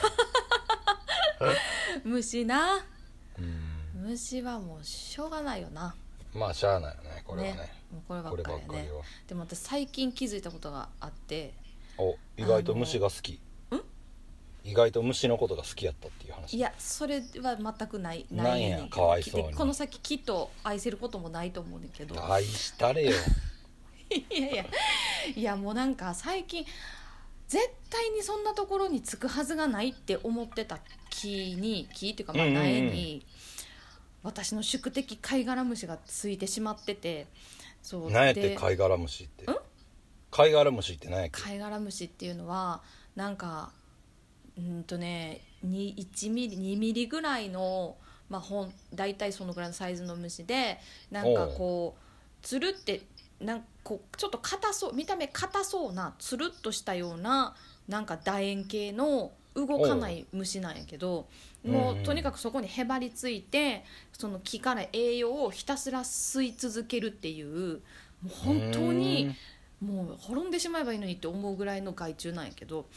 虫な、 うん虫はもうしょうがないよな。 まあしゃあないよねこれはねねもうこればっこれかりやね。 ばっかりは。 でも私最近気づいたことがあって、 お意外と虫が好き。 ん意外と虫のことが好きやったっていう話。 いやそれは全くないなんやねんけど、 かわいそうにでこの先きっと愛せることもないと思うねんだけど愛したれよいやいやいやもうなんか最近絶対にそんなところにつくはずがないって思ってた木に木っていうかまあうんうんうん苗に私の宿敵貝殻虫がついてしまってて、そう何やってで貝殻虫ってん貝殻虫って何やっけ。 貝殻虫っていうのはなんかうんとねにいちミリにミリぐらいの、まあ、ほん大体そのぐらいのサイズの虫でなんかこうつるってなんかこうちょっと硬そう見た目硬そうなつるっとしたようななんか楕円形の動かない虫なんやけど、もうとにかくそこにへばりついてその木から栄養をひたすら吸い続けるっていう、もう本当にもう滅んでしまえばいいのにって思うぐらいの害虫なんやけど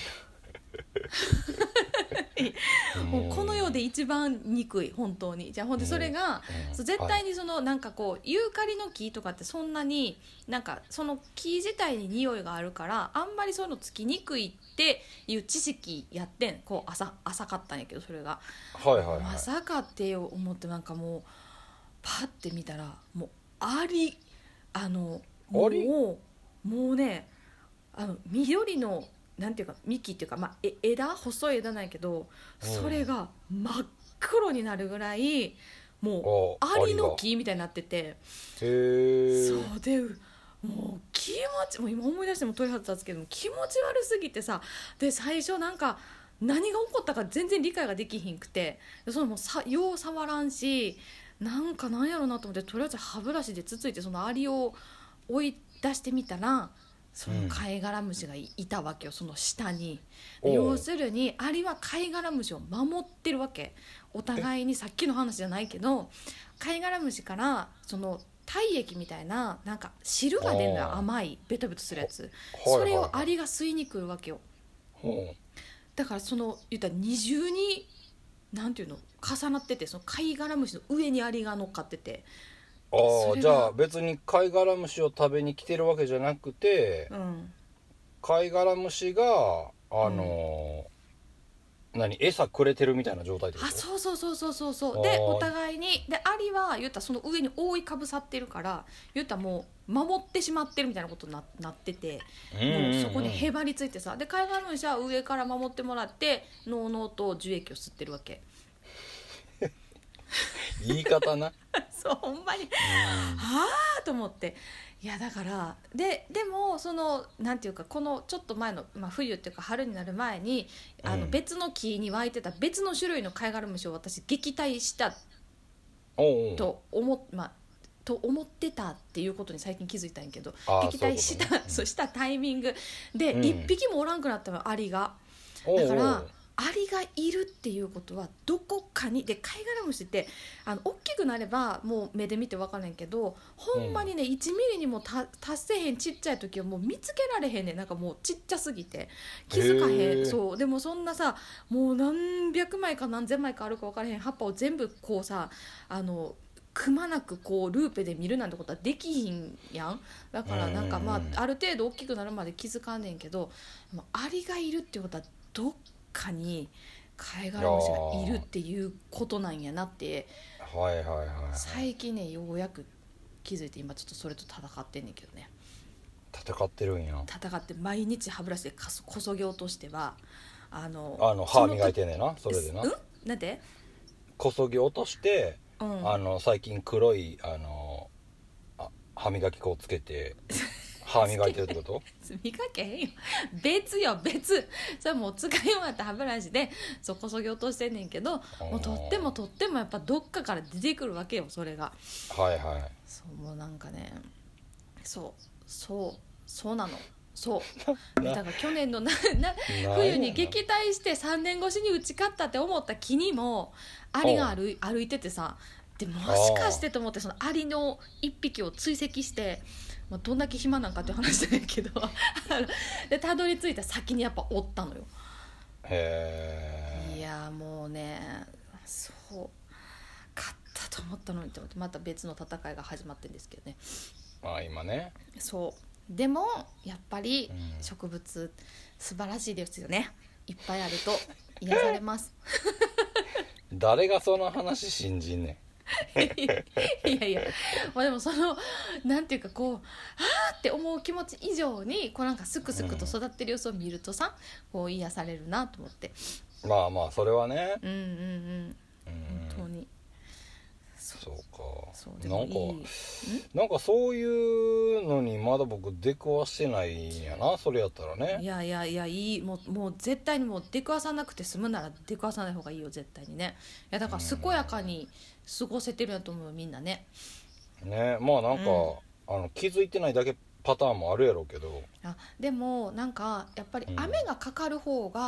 もうこの世で一番憎い本当に。じゃあほんでそれが、うん、そう絶対にその、はい、なんかこうユーカリの木とかってそんなになんかその木自体に匂いがあるからあんまりそういうのつきにくいっていう知識やってん、こう浅、浅かったんやけどそれが、 はいはいはい、 まさかって思って、なんかもうパッて見たらもうアリ、あのもうもうね、あの緑のなんていうか幹っていうか、まあ、え枝細い枝なんやけど、それが真っ黒になるぐらいもうアリの木みたいになってて、 へそうでもう気持ち、もう今思い出しても鳥肌立つけど気持ち悪すぎてさ、で最初なんか何が起こったか全然理解ができひんくて、そのもうさよう触らんし、なんかなんやろうなと思って、とりあえず歯ブラシでつついてそのアリを追い出してみたら、その貝殻虫が い,、うん、いたわけよ、その下に。要するにアリは貝殻虫を守ってるわけ。お互いにさっきの話じゃないけど、貝殻虫からその体液みたいななんか汁が出るのよ、甘いベトベトするやつ、それをアリが吸いに来るわけよ。だからその言ったら二重になんていうの重なってて、その貝殻虫の上にアリが乗っかってて、 ああ、じゃあ別に貝殻虫を食べに来てるわけじゃなくて、 うん、 貝殻虫があのーうん、何餌くれてるみたいな状態ってこと？ あ、そうそうそうそうそうそう。でお互いにでアリは言ったらその上に覆いかぶさってるから言ったらもう守ってしまってるみたいなことに な, なってて、うんうんうん、もうそこにへばりついてさ、で貝殻虫は上から守ってもらってのうのうと樹液を吸ってるわけ。 言い方なそうほんまに、うん、はあと思って、いやだからででもそのなんていうかこのちょっと前の、まあ、冬っていうか春になる前にあの別の木に湧いてた別の種類の貝殻虫を私撃退したと思っ、まあ、と思ってたっていうことに最近気づいたんやけど、撃退した、そう、ね、うん、そうしたタイミングで一、うん、匹もおらんくなったのアリが。だからアリがいるっていうことはどこかにで、貝殻虫ってあの大きくなればもう目で見て分かんないけど、ほんまにね、うん、いちミリにもた達せへんちっちゃい時はもう見つけられへんねん。なんかもうちっちゃすぎて気づかへん。そうでもそんなさもう何百枚か何千枚かあるか分からへん葉っぱを全部こうさあのくまなくこうルーペで見るなんてことはできひんやん。だからなんかまあある程度大きくなるまで気づかんねんけど、アリがいるっていうことはどっかに貝殻虫がいるっていうことなんやなって、 はいはいはいはい、 最近ねようやく気づいて、今ちょっとそれと戦ってんねんけどね。 戦ってるんや。 戦って毎日歯ブラシでこそぎ落としてはあのあの歯磨いてんねんな、それでな。 うんなんでこそぎ落として、 うん、 あの最近黒いあのあ歯磨き粉をつけて歯磨いてるってこと？ 磨けへんよ、別よ別。それもう使い終わった歯ブラシでそこそぎ落としてんねんけど、もうとってもとってもやっぱどっかから出てくるわけよ、それが。 はいはい。 そうもうなんかね、そうそうそうなの。そうだから去年のなな冬に撃退してさんねん越しに打ち勝ったって思った木にもアリが歩い、歩いててさ、でもしかしてと思ってそのアリの一匹を追跡して、まあ、どんだけ暇なんかって話だけどでたどり着いた先にやっぱおったのよ。 へーいやもうね、そう勝ったと思ったのにと思ってまた別の戦いが始まってるんですけどね。 あ今ね。 そうでもやっぱり植物素晴らしいですよね。いっぱいあると癒されます誰がその話信じんねんいやいや、まあ、でもそのなんていうかこうあーって思う気持ち以上にこうなんかすくすくと育ってる様子を見るとさ、こう癒されるなと思って。 まあまあそれはね、 うんうんうん、本当にそうか。 そうでもいいなんかなんかそういうのにまだ僕出くわしてないんやな、それやったらね。 いやいやいやいい、もう、もう絶対にもう出くわさなくて済むなら出くわさない方がいいよ絶対にね。いやだから健やかに過ごせてるんやと思うよみんなね。 ね、まあなんか、うん、あの気づいてないだけパターンもあるやろうけど、 あでもなんかやっぱり雨がかかる方が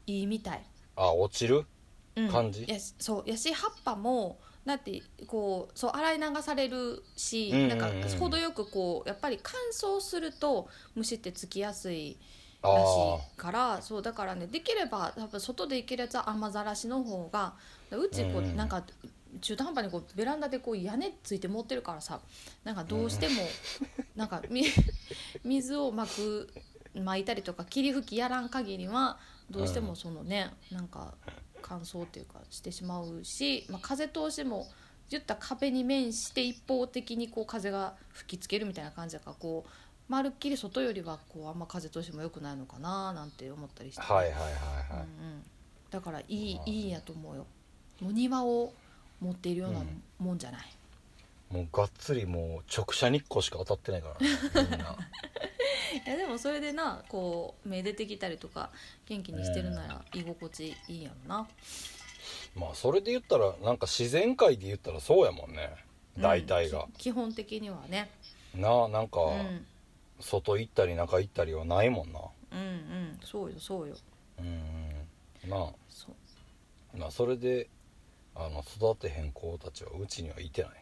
いいみたい。 あ、落ちるうん、 感じ。 やしそうやし葉っぱもだってこうそう洗い流されるし、 うんうんうんなんか程よくこうやっぱり乾燥すると虫ってつきやすいあらしあ、 いから、そうだからね、できれば多分外で行けるやつは雨ざらしの方が、うちこう、 うんなんか中途半端にこうベランダでこう屋根ついて持ってるからさ、なんかどうしても、なんかみ水をまく撒いたりとか霧吹きやらん限りはどうしてもそのね、なんか乾燥っていうかしてしまうし、まあ、風通しも言ったら壁に面して一方的にこう風が吹きつけるみたいな感じだから、こうまるっきり外よりはこうあんま風通しも良くないのかななんて思ったりして、ね、 はいはいはいはい、 うんうん、だからいい、いいんやと思うよ。もう庭を持っているようなもんじゃない、 うん、もうがっつりもう直射日光しか当たってないからねみんな。 いやでもそれでなこう芽出てきたりとか元気にしてるなら居心地いいやろな。 まあそれで言ったらなんか自然界で言ったらそうやもんね、大体が、 うん、基本的にはね。 ななんか、 うん、 外行ったり中行ったりはないもんな。 うんうんそうよそうよ。 うん、まあそうまあそれであの育てへん子たちはうちにはいてない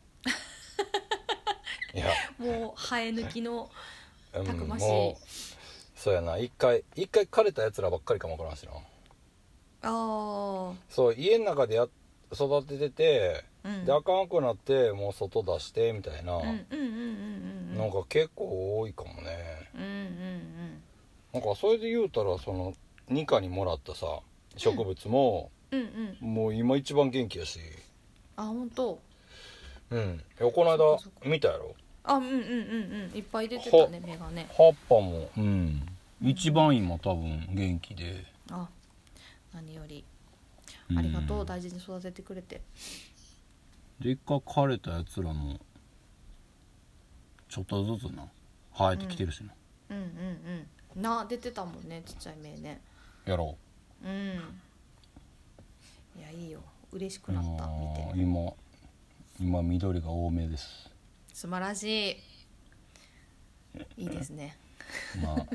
な。いやもう生え抜きのたくましい、 うん、もうそうやな、一回一回枯れたやつらばっかりかもわからんしな。 あー、 そう家の中でや育ててて、 うん、 であかんくなってもう外出してみたいな、 うんうんうんうんうんなんか結構多いかもね。 うんうんうん。 なんかそれで言うたらそのニカにもらったさ植物も、 うんうん、 もう今一番元気やし。 あ本当。 うん、いやこの間見たやろ。 あうんうんうんうんいっぱい出てたね芽がね。 葉っぱも、うん、一番今多分元気で、 あ何よりありがとう、うん、大事に育ててくれて。 で一回枯れたやつらもちょっとずつな生えてきてるしな、 うん、うんうんうんな出てたもんねちっちゃい芽ね。 やろう。うん。いやいいよ嬉しくなった見て。 今今緑が多めです。 素晴らしい。いいですね。 まあ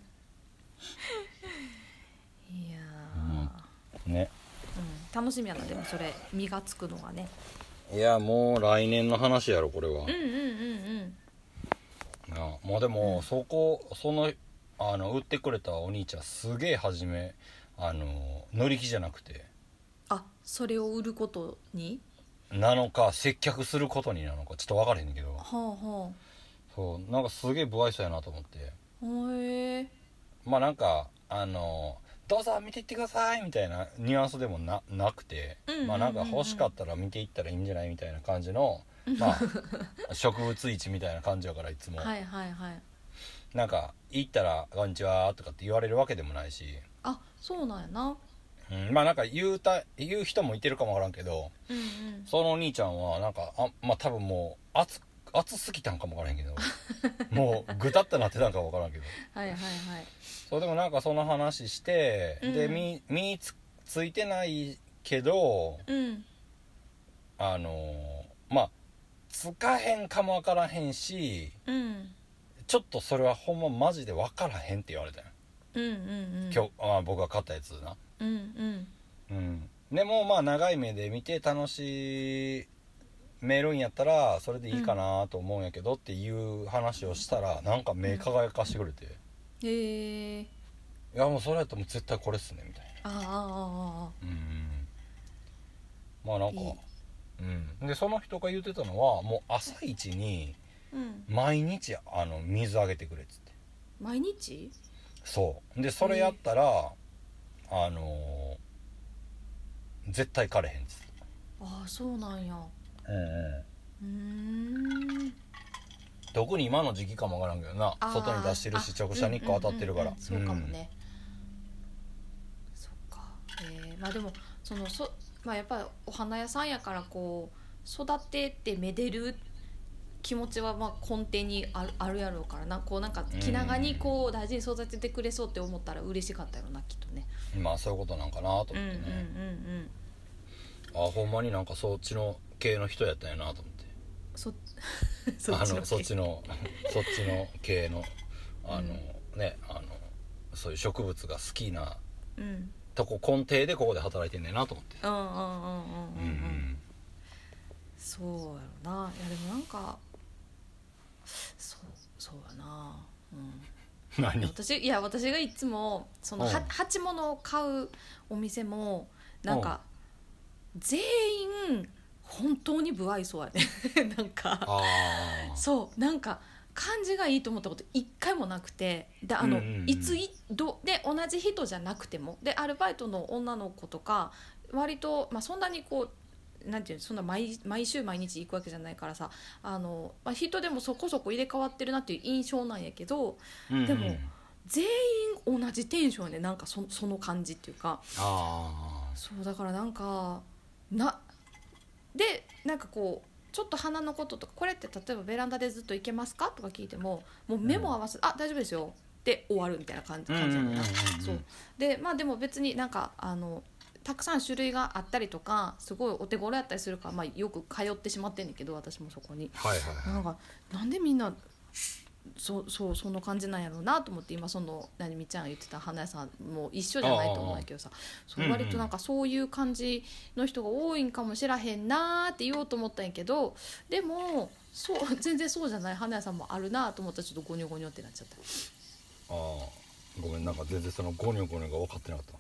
いやー、うん、ね、 うん、楽しみやな。でもそれ実がつくのがね。 いやもう来年の話やろこれは。 うんうんうんうんあまあでも、うん、そこそのあの売ってくれたお兄ちゃんすげえ初めあの乗り気じゃなくて、 あそれを売ることになのか接客することになのかちょっと分からへんねんけど、はあはあ、 そうなんかすげえ不愛想やなと思って。 へえ。まあなんかあのどうぞ見ていってくださいみたいなニュアンスでも な, なくて、うんうんうんうん、まあなんか欲しかったら見ていったらいいんじゃないみたいな感じのまあ植物市みたいな感じやからいつもはいはいはい。 なんか行ったらこんにちはとかって言われるわけでもないし。 あそうなんやな。 うん、まあなんか言うた言う人もいてるかもわからんけど、 うんうん、 そのお兄ちゃんはなんかあまあ多分もう熱熱すぎたんかもわからへんけどもうグタッとなってたんかもわからんけどはいはいはい。 そうでもなんかその話して、うん、で身身つ, ついてないけど、 うん、 あのまあつかへんかもわからへんし、 うん、 ちょっとそれはほんまマジでわからへんって言われたよ、 うんうんうん、 今日あ僕が買ったやつな。 うんうんうん、でもまあ長い目で見て楽しめるんやったらそれでいいかなと思うんやけどっていう話をしたらなんか目輝かしてくれて、 うん、へえ。いやもうそれやったらもう絶対これっすねみたいな。 あああああうんまあなんかいい、 うん、でその人が言ってたのはもう朝一に毎日あの水あげてくれっつって。 毎日？ そうでそれやったらあのー、絶対枯れへんっつって。 ああそうなんや。 うんうんうーん特に今の時期かもわからんけどな、外に出してるし直射日光当たってるから、 そうかもね、うん、そっか。えー、まあでもそのそ、まあ、やっぱりお花屋さんやからこう育ててめでる気持ちはまあ根底にある、あるやろうからな。こうなんか気長にこう大事に育ててくれそうって思ったら嬉しかったやろなきっとね。 まあそういうことなんかなと思ってね、うんうんうんうん、あほんまになんかそっちの系の人やったんやなと思って。そ, そ, あのそっちのそっちの系のあの、うん、ねあのそういう植物が好きなとこ根底でここで働いてんねんなと思って。 うんうんうんうんうん、うん、そうやろな。いやでもなんかそうそうやな、うん、 何私いや私がいつもその、うん、鉢物を買うお店もなんか、うん、全員本当に不愛想やねなんかあそうなんか感じがいいと思ったこと一回もなくてであの、うんうんうん、いついどで同じ人じゃなくてもでアルバイトの女の子とか割と、まあ、そんなにこうなんていうのそんな 毎, 毎週毎日行くわけじゃないからさあの、まあ、人でもそこそこ入れ替わってるなっていう印象なんやけど、うんうん、でも全員同じテンションでなんか そ, その感じっていうかあそうだからなんかなでなんかこうちょっと鼻のこととかこれって例えばベランダでずっと行けますかとか聞いてももう目も合わせ、うん、あ大丈夫ですよで終わるみたいな感じ、感じなんだな、そうでまあでも別になんかあのたくさん種類があったりとかすごいお手頃やったりするから、まあ、よく通ってしまってんねんけど私もそこに、 はいはいはい、 なんかなんでみんなそ, そうその感じなんやろうなと思って今その何みちゃんが言ってた花屋さんも一緒じゃないと思うんだけどさそう割となんかそういう感じの人が多いんかもしらへんなって言おうと思ったんやけどでもそう全然そうじゃない花屋さんもあるなと思ったらちょっとゴニョゴニョってなっちゃった。 ああごめんなんか全然そのゴニョゴニョが分かってなかった。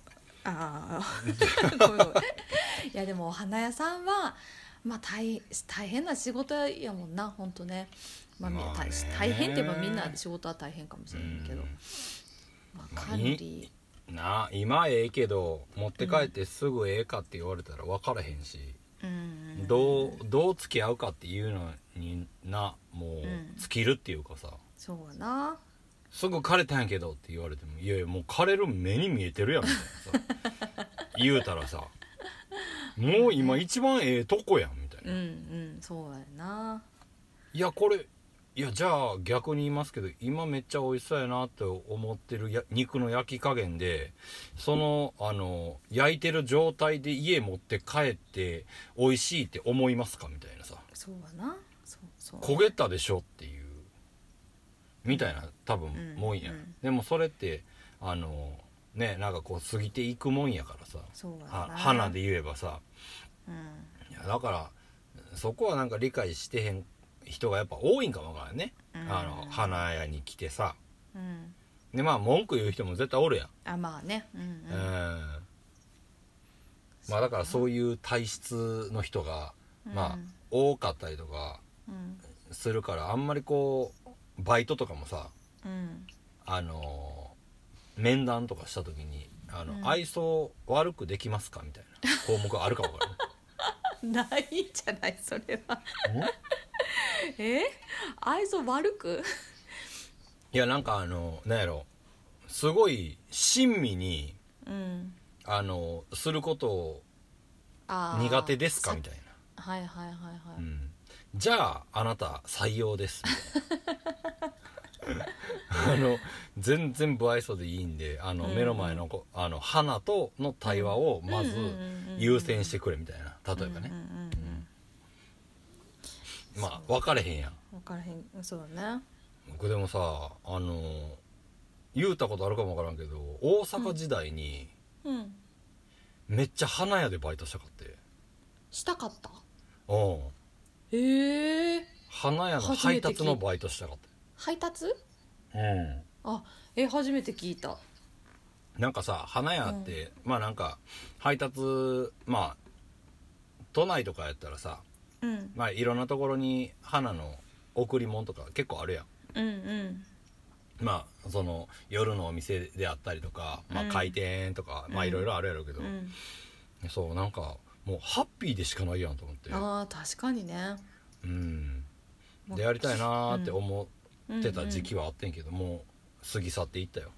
ああごめんごめんいやでもお花屋さんはまあ 大, 大変な仕事やもんなほんとね。まあ、まあ大変って言えばみんな仕事は大変かもしれないけど、まあ、管理な今ええけど持って帰ってすぐええかって言われたら分からへんし、うん、どうどう付き合うかっていうのになもう尽きるっていうかさ、うん、 そうやなすぐ枯れたんやけどって言われてもいやいやもう枯れる目に見えてるやんみたいなさ言うたらさもう今一番ええとこやんみたいな、 うんうんそうやないやこれいやじゃあ逆に言いますけど今めっちゃ美味しそうやなって思ってるや肉の焼き加減でそのあの焼いてる状態で家持って帰って美味しいって思いますかみたいなさそうやなそうそう焦げたでしょっていうみたいな多分もんや、うんうん、でもそれってあのねなんかこう過ぎていくもんやからさそうやな花で言えばさ、 うん、 いやだからそこはなんか理解してへん人がやっぱ多いんかもわからんね、うん、あの花屋に来てさ、うん、でまあ文句言う人も絶対おるやんあまあね、うんうんえー、まあだからそういう体質の人が、うん、まあ多かったりとかするから、うん、あんまりこうバイトとかもさ、うん、あの面談とかした時にあの、うん、愛想悪くできますかみたいな項目があるかもわからんないんじゃないそれはえ愛想悪くいやなんかあのなんやろすごい親身に、うん、あのすることを苦手ですかみたいなはいはいはいはい、 うん、じゃああなた採用ですみたいなあの全然不愛想でいいんであの、うん、目の前のこあの花との対話をまず優先してくれみたいな例えばね、うんうんうんうん、まあ分かれへんやん分かれへんそうだね僕でもさあの言うたことあるかも分からんけど大阪時代に、うんうん、めっちゃ花屋でバイトしたかってしたかったうんへえ花屋の配達のバイトしたかった配達うんあえ初めて聞いたなんかさ花屋って、うん、まあなんか配達まあ都内とかやったらさ、うん、まあいろんなところに花の贈り物とか結構あるやんうんうんまあその夜のお店であったりとか、まあ、開店とか、うん、まあいろいろあるやろうけど、うん、そうなんかもうハッピーでしかないやんと思ってあー確かにねうんでやりたいなーって思ってた時期はあってんけど、うんうん、もう過ぎ去っていったよ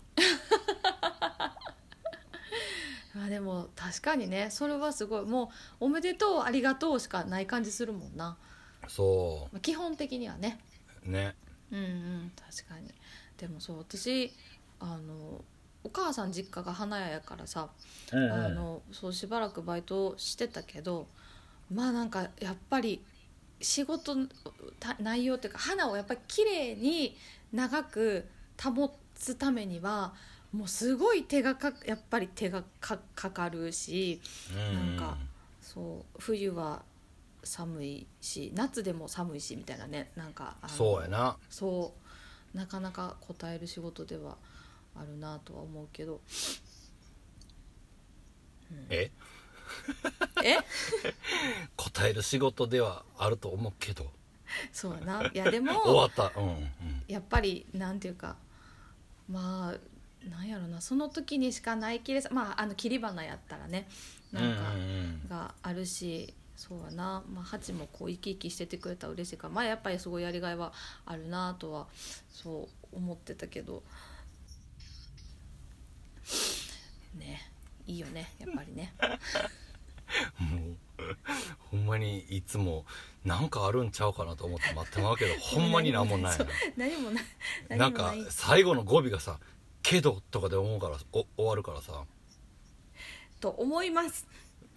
まあでも確かにねそれはすごいもうおめでとうありがとうしかない感じするもんなそう基本的にはねねうんうん確かにでもそう私あのお母さん実家が花屋やからさ、うんうん、あのそうしばらくバイトしてたけどまあなんかやっぱり仕事内容っていうか花をやっぱり綺麗に長く保つためにはもうすごい手がかやっぱり手がかかかるし、なんかそう冬は寒いし夏でも寒いしみたいなね、なんかあのそうやな。 そうなかなか答える仕事ではあるなとは思うけど、 うん、ええ答える仕事ではあると思うけど、 そうやな。いやでも終わった、うんうん、 やっぱりなんていうか、まあなんやろな、その時にしかないきれさ、まああの切り花やったらねなんかがあるし、そうやな、まあ、ハチもこう生き生きしててくれたら嬉しいから、まあやっぱりすごいやりがいはあるなとはそう思ってたけどね、いいよねやっぱりねもうほんまにいつもなんかあるんちゃうかなと思って待ってまうけどほんまになんもないな何もないなんか最後の語尾がさ「けど」とかで思うからお終わるからさと思います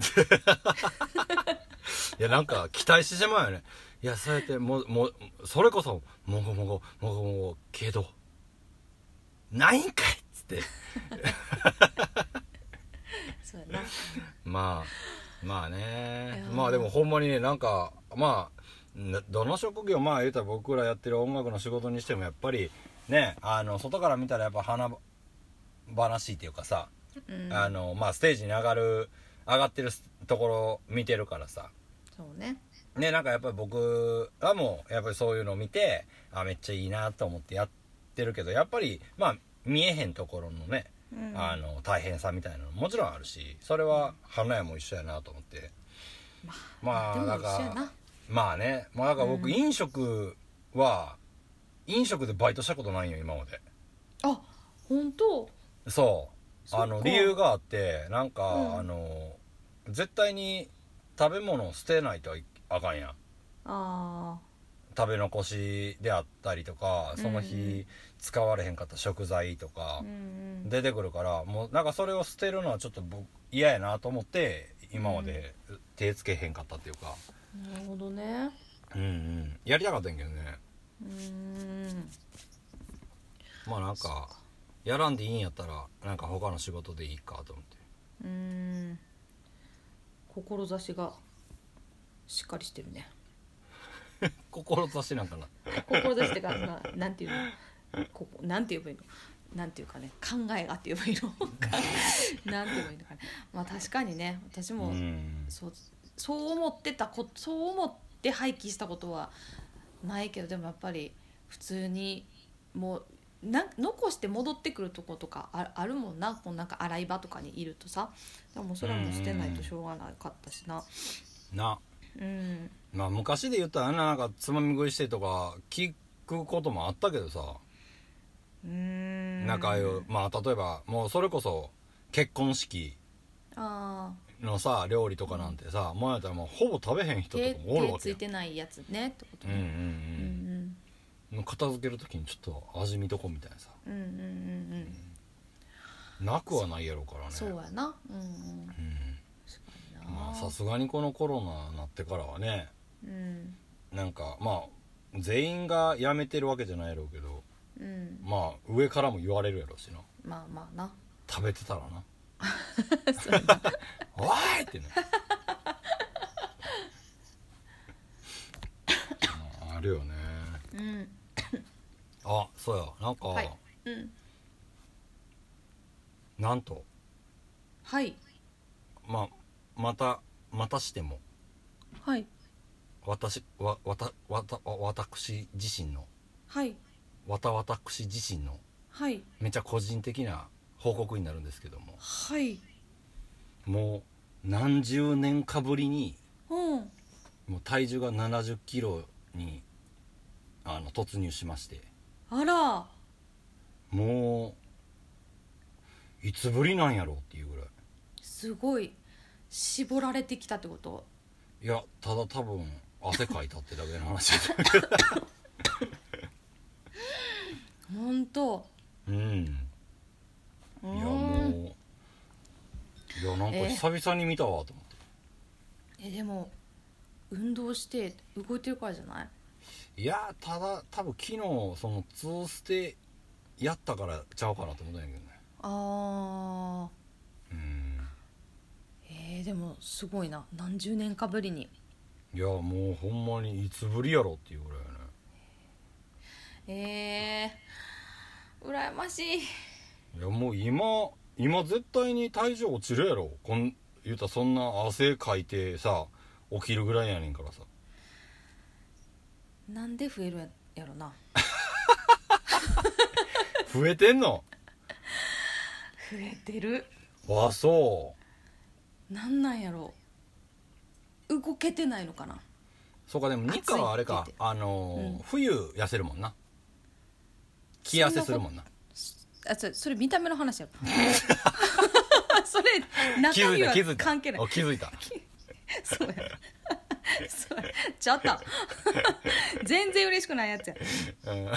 いやなんか期待してしまうよね。いやそうやってももそれこそもごもごもごもごけどないんかいっつってそうやなまあまあね、まあでもほんまにね、なんかまあどの職業、まあ言うたら僕らやってる音楽の仕事にしてもやっぱりね、あの外から見たらやっぱ華々しいっていうかさ、うん、あのまあステージに上がる上がってるところ見てるからさ、 そうね、 ね、なんかやっぱり僕はもうやっぱりそういうのを見て、あめっちゃいいなと思ってやってるけど、やっぱりまあ見えへんところのね、うん、あの大変さみたいなのももちろんあるし、それは花屋も一緒やなと思って、まあ、まあなんかまあね、まあだから僕、うん、飲食は飲食でバイトしたことないよ今まで。 あ、本当？ そうあの理由があって、なんか、うん、あの絶対に食べ物を捨てないとあかんやん。あ食べ残しであったりとか、その日使われへんかった食材とか出てくるから、もうなんかそれを捨てるのはちょっと僕嫌やなと思って今まで手つけへんかったっていうか、 うん、なるほどね。 うんうん、やりたかったんやけどね。うーん、まあなんかやらんでいいんやったらなんか他の仕事でいいかと思って。 うーん、志がしっかりしてるね志なんかな志ってか、まあ、なんていうのここなんて言えばいいのなんていうかね、考えがって言えばいいのなんて言えばいいのかね。まあ確かにね、私もそうそう思ってたこそう思って廃棄したことはないけど、でもやっぱり普通にもうな残して戻ってくるとことか あ, あるもんな。こうなんか洗い場とかにいるとさ、でもそれはもう捨てないとしょうがなかったしな。 な、うん、まあ昔で言ったらなんかつまみ食いしてとか聞くこともあったけどさ、うーん、なんかああいうまあ例えばもうそれこそ結婚式のさ料理とかなんてさ、もうやったらもうほぼ食べへん人とかもおるわけや。 手ついてないやつねってことね。 うんうんうん、うんうん、片付けるときにちょっと味見とこみたいなさ、うんうんうんうん、なくはないやろからね。 そうやな、うんうん、うん、 まあさすがにこのコロナになってからはね、うん、なんかまあ全員が辞めてるわけじゃないやろうけど、うん、まあ上からも言われるやろうしな。 まあまあな、 食べてたらなそうやなおいってねあるよね、うん、あ、そうや、なんか、はい、うん、なんとはいままたまたしてもはい私わわたわた私自身のはいわた私自身のはいめちゃ個人的な報告になるんですけども、 はいもう何十年かぶりに、うん、もう体重がななじゅっキロにあの突入しまして、 あらもういつぶりなんやろうっていうぐらいすごい絞られてきたってこと？ いやただ多分汗かいたってだけの話だけどほんと、 うん、いやもういやなんか久々に見たわと思って。 え, えでも運動して動いてるからじゃない？ いやただ多分昨日そのツーステやったからちゃうかなと思ったんやけどね。 あうんーえー、でもすごいな、何十年かぶりに。 いやもうほんまにいつぶりやろっていうぐらいやね。 えー、羨ましい。 いやもう今今絶対に体重落ちるやろ、こん言うたらそんな汗かいてさ起きるぐらいやねんからさ。 なんで増えるんやろな。 増えてんの？ 増えてる。 あそなんなんやろ、動けてないのかな。 うそうか。でもニカはあれか、 暑いってあのーうん冬痩せるもんな、気痩せするもんな。 あ、それ、それ見た目の話やろ。それ気中身はづいた気づいた関係ない。 お気づいたそうや。そうや、ちょっと全然嬉しくないやつや。 うんいや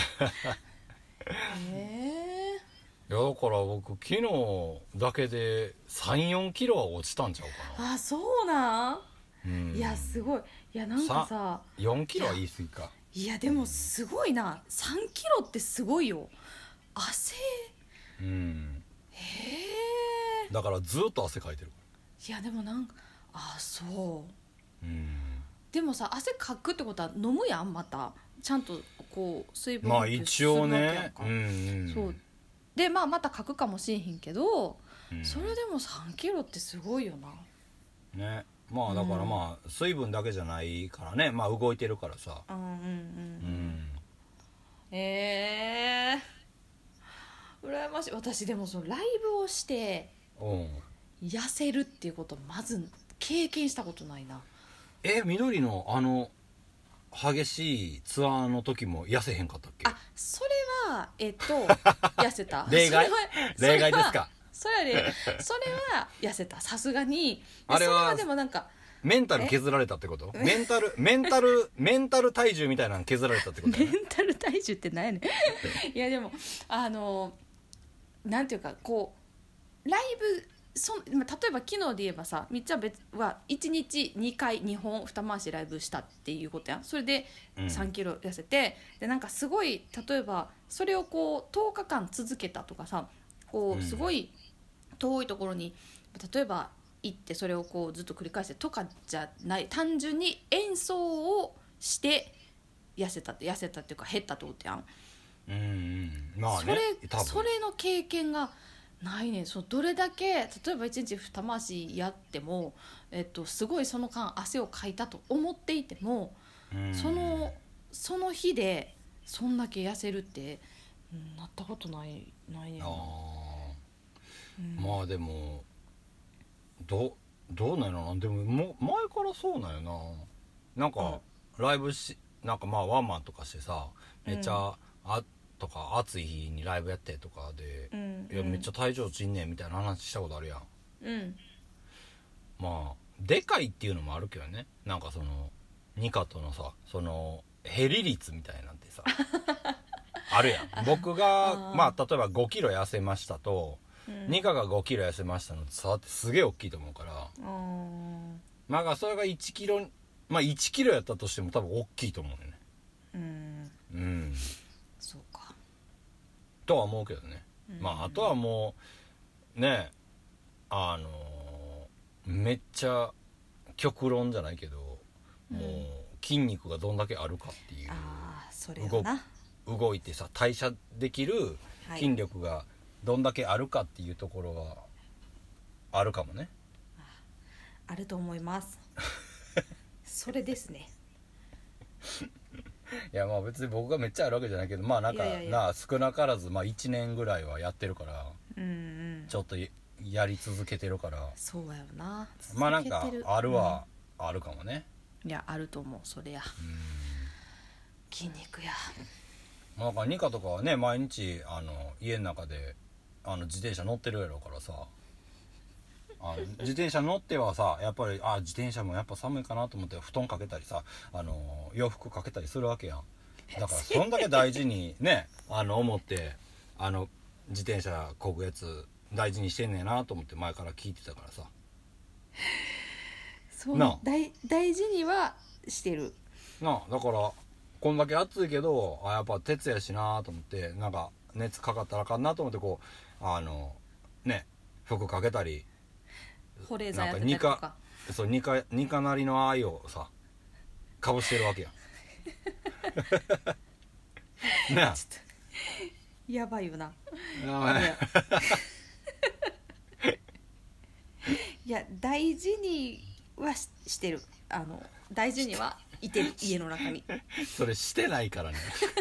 えだから僕昨日だけでさん、よんキロは落ちたんちゃうかー、 な。 あ、そうなん。 うんいやすごい。いやなんかさ、 よんキロは言い過ぎか。 いやでもすごいな、さんキロってすごいよ。汗。 うんへえ。 だからずっと汗かいてる。 いやでもなんか、あ、そううんでもさ、汗かくってことは飲むやん、またちゃんとこう水分まあ補給一応するわけやんねか、 うんうんそうで、まあまたかくかもしれへんけど、 うんそれでもさんキロってすごいよな。 ね。まあだからまあ水分だけじゃないからね、まあ動いてるからさ。 うんうんうん、 うんえー、羨ましい。私でもそのライブをしてうん痩せるっていうことまず経験したことないな。 え緑のあの激しいツアーの時も痩せへんかったっけ？ あ、それはえっと痩せた。 例外それは例外ですか？ それはそれはねそれは痩せた、さすがに。 あれはそれはでもなんかメンタル削られたってこと？メンタルメンタルメンタル体重みたいなの削られたってことメね。 ンタル体重って何やねんいやでもあのなんていうかこうライブそまあ例えば昨日で言えばさ、みっちゃん別はいちにちにかいにほん二回しライブしたっていうことやん。それでうんさんキロ痩せて、でなんかすごい例えばそれをこうとおかかん続けたとかさ、こうんうすごい遠いところに例えば行ってそれをこうずっと繰り返してとかじゃない、単純に演奏をして痩せたって痩せたっていうか減ったってことやん。 うんうんまあね、 それ多分それの経験がないね。そのどれだけ例えばいちにち二回しやっても、えっと、すごいその間汗をかいたと思っていても、 うんそのその日でそんだけ痩せるって、うん、なったことないないねんな。 あうんーまあでもどどうなんやろな。でももう前からそうなんやな。なんかライブしなんかまあワンマンとかしてさ、めっちゃ、あとか暑い日にライブやってとかで、 うんいやめっちゃ体重落ちんねんみたいな話したことあるやん。 うんまあでかいっていうのもあるけどね。なんかそのニカとのさその減り率みたいなんてさあるやん。僕があーまあ例えばごキロ痩せましたと、 うんニカがごキロ痩せましたの差ってすげえ大きいと思うから、 うんまあそれがいちキロ、まあいちキロやったとしても多分大きいと思うよね。 うんうんそうか。 とは思うけどね。 うんまああとはもうね、あのーめっちゃ極論じゃないけど、 うんもう筋肉がどんだけあるかっていう、 ああそれはな。 動いてさ代謝できるはい筋力がどんだけあるかっていうところはあるかもね。 あると思いますそれですね。 いやまあ別に僕がめっちゃあるわけじゃないけど、まあなんかいやいやいやな少なからずまあいちねんぐらいはやってるからうんうんちょっとやり続けてるから、 そうやよな。 まあなんか続けてるあるはあるかもね。 うんいやあると思う。それやうん筋肉や。 まあなんかニカとかはね毎日あの家の中であの自転車乗ってるやろからさ、あの自転車乗ってはさやっぱりあ自転車もやっぱ寒いかなと思って布団かけたりさ、あの洋服かけたりするわけやん。だからそんだけ大事にねあの思ってあの自転車こぐやつ大事にしてんねんなと思って前から聞いてたからさ。 そうなあ大大事にはしてる。 なあだからこんだけ暑いけどあやっぱ鉄やしなと思ってなんか熱かかったらあかんなと思ってこうあのね服かけたり保冷剤やってたりとかそうニカニカなりの愛をさかぶしてるわけやんねえやばいよな。 やばいいや大事には し, してるあの大事にはいてる家の中にそれしてないからね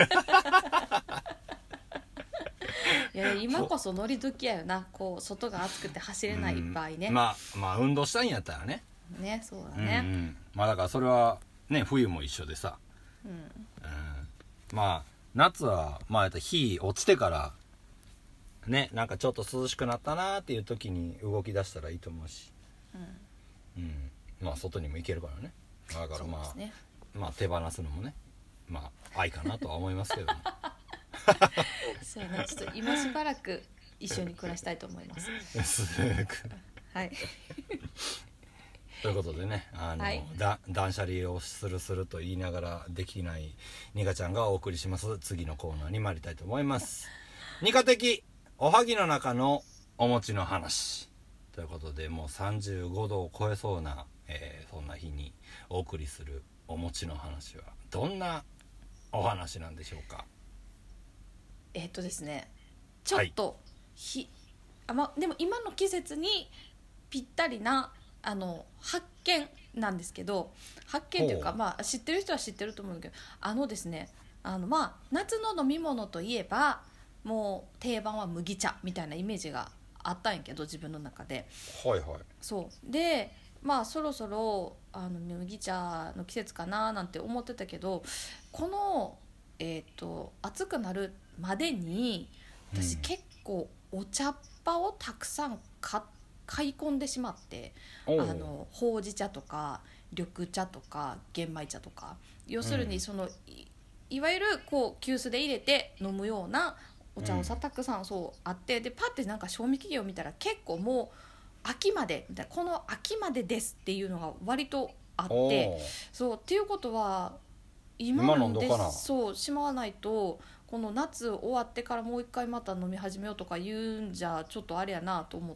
いや今こそ乗り時やよな。こう外が暑くて走れない場合ね、 うん、まあまあ運動したいんやったらねねそうだね、 うんうん、まあだからそれはね冬も一緒でさ、 うんうん、 まあ夏はまあ日落ちてからねなんかちょっと涼しくなったなーっていう時に動き出したらいいと思うし、うんうん、まあ外にも行けるからね。だからまあ、ね、まあ手放すのもねまあ愛かなとは思いますけどもそうやなちょっと今しばらく一緒に暮らしたいと思いますはいということでねあの、はい、だ断捨離をするすると言いながらできないニカちゃんがお送りします次のコーナーに参りたいと思います。ニカ的おはぎの中のお餅の話ということでもうさんじゅうごどを超えそうな、えー、そんな日にお送りするお餅の話はどんなお話なんでしょうか。 えっとですねちょっと、はい、ひあ、ま、でも今の季節にぴったりなあの発見なんですけど発見というか、まあ、知ってる人は知ってると思うんだけどあのですねあの、まあ、夏の飲み物といえばもう定番は麦茶みたいなイメージがあったんやけど自分の中で、 はいはい、 そうでまあそろそろあの麦茶の季節かななんて思ってたけどこの、えーと、暑くなるまでに私結構お茶っ葉をたくさん買買い込んでしまってあのほうじ茶とか緑茶とか玄米茶とか要するにその、うん、い, いわゆるこう急須で入れて飲むようなお茶をさたくさんそうあってでパッてなんか賞味期限を見たら結構もう秋までみたいなこの秋までですっていうのが割とあってそうっていうことは今飲んでそうしまわないとこの夏終わってからもう一回また飲み始めようとか言うんじゃちょっとあれやなと思って、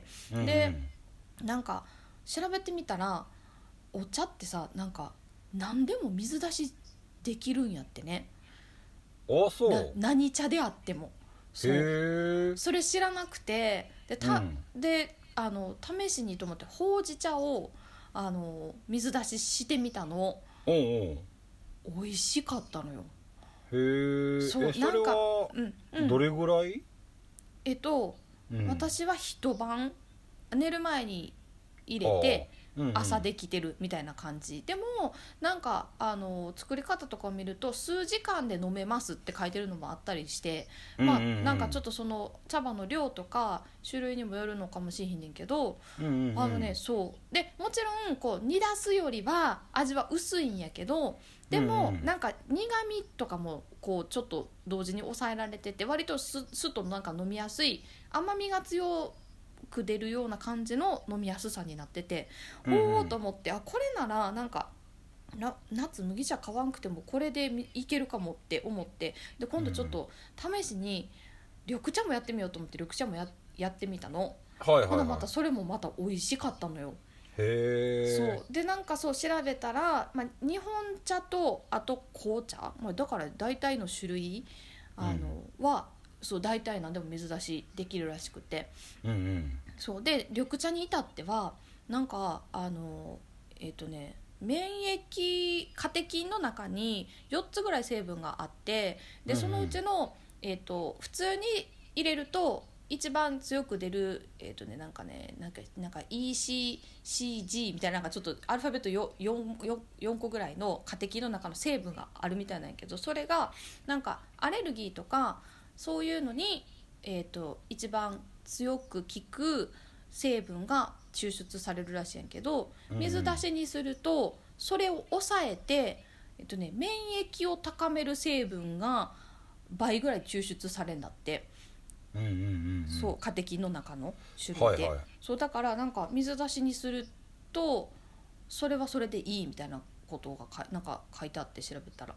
うんうん、でなんか調べてみたらお茶ってさなんか何でも水出しできるんやってね。 あそうな何茶であってもそうへそれ知らなくてでた、うん、であの試しにと思ってほうじ茶をあの水出ししてみたの。 おうおう美味しかったのよ。 へえ。それはどれぐらい、うんうん、 えっと、うん、私は一晩寝る前に入れて朝できてるみたいな感じ、うんうん、でもなんかあの作り方とかを見ると数時間で飲めますって書いてるのもあったりして、うんうんうん、まあなんかちょっとその茶葉の量とか種類にもよるのかもしれへんねんけど、うんうんうん、あのねそうでもちろんこう煮出すよりは味は薄いんやけどでもなんか苦味とかもこうちょっと同時に抑えられてて割とスッとなんか飲みやすい甘みが強く出るような感じの飲みやすさになってて、うんうん、おおと思ってあこれならなんかな夏麦茶買わんくてもこれでいけるかもって思ってで今度ちょっと試しに緑茶もやってみようと思って緑茶も や, やってみたの、はいはいはい、ほなまたそれもまた美味しかったのよ。 へそうでなんかそう調べたら、まあ、日本茶とあと紅茶、まあ、だから大体の種類あの、うん、はそう大体何でも水出しできるらしくて、うんうん、そうで緑茶に至ってはなんかあのえっ、ー、とね免疫カテキンの中によっつぐらい成分があってでそのうちの、うんうんえー、と普通に入れると一番強く出るえっ、ー、とねなんかねなんかなんか イーシーシージー みたいななんかちょっとアルファベット よん, よんこぐらいのカテキンの中の成分があるみたいなんやけどそれがなんかアレルギーとかそういうのに、えー、と一番強く効く成分が抽出されるらしいんやけど水出しにするとそれを抑えて、えっとね、免疫を高める成分が倍ぐらい抽出されるんだって、うんうんうんうん、そうカテキンの中の種類で、はいはい、そうだからなんか水出しにするとそれはそれでいいみたいなことがかなんか書いてあって調べたら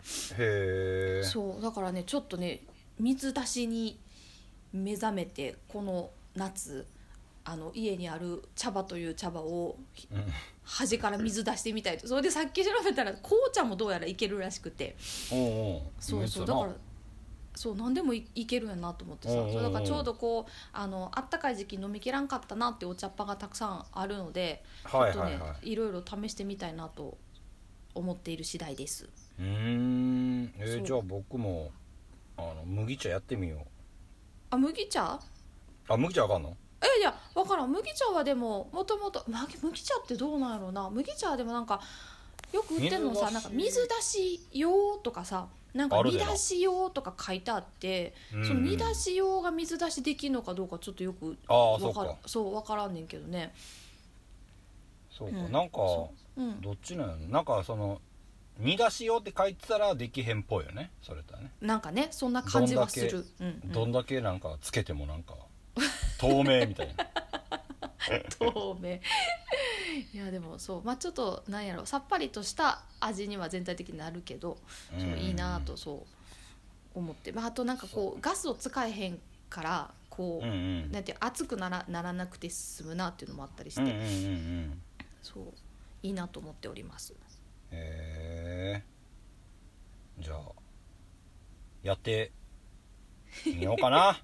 へーそうだからねちょっとね水出しに目覚めてこの夏あの家にある茶葉という茶葉をうん端から水出してみたいと。それでさっき調べたら紅茶もどうやらいけるらしくて、 おうおうそうそうだからそう何でも い, いけるんやなと思ってさ、 うんうんうんそうだからちょうどこうあのあったかい時期飲みきらんかったなってお茶っ葉がたくさんあるので、 はいちょっとね、 はいはいいろいろ試してみたいなと思っている次第です。 うーんえー、 そうじゃあ僕もあの麦茶やってみよう。 あ麦茶あ麦茶あかんの？ えいや分からん。麦茶はでももともと麦茶ってどうなんやろうな。麦茶はでもなんかよく売ってるのさ、 水出しなんか水出し用とかさ、なんか煮あるでな出し用とか書いてあって、 うんうんその煮出し用が水出しできるのかどうかちょっとよくああわかそうかそう分からんねんけどね。 そうか、 うんなんかそううんどっちなんやろなんかその煮出し用って書いてたらできへんっぽいよねそれとはね。 なんかねそんな感じはする。うんうん、 どんだけなんかつけてもなんか透明みたいな透明いやでもそうまあちょっとなんやろさっぱりとした味には全体的になるけど、そういいなとそう思って、まあ、あとなんかこうガスを使えへんからこう、 うんうんなんていう熱くなら、ならなくて済むなっていうのもあったりして、 うんうんうんうんそういいなと思っております。 へえじゃあやってみようかな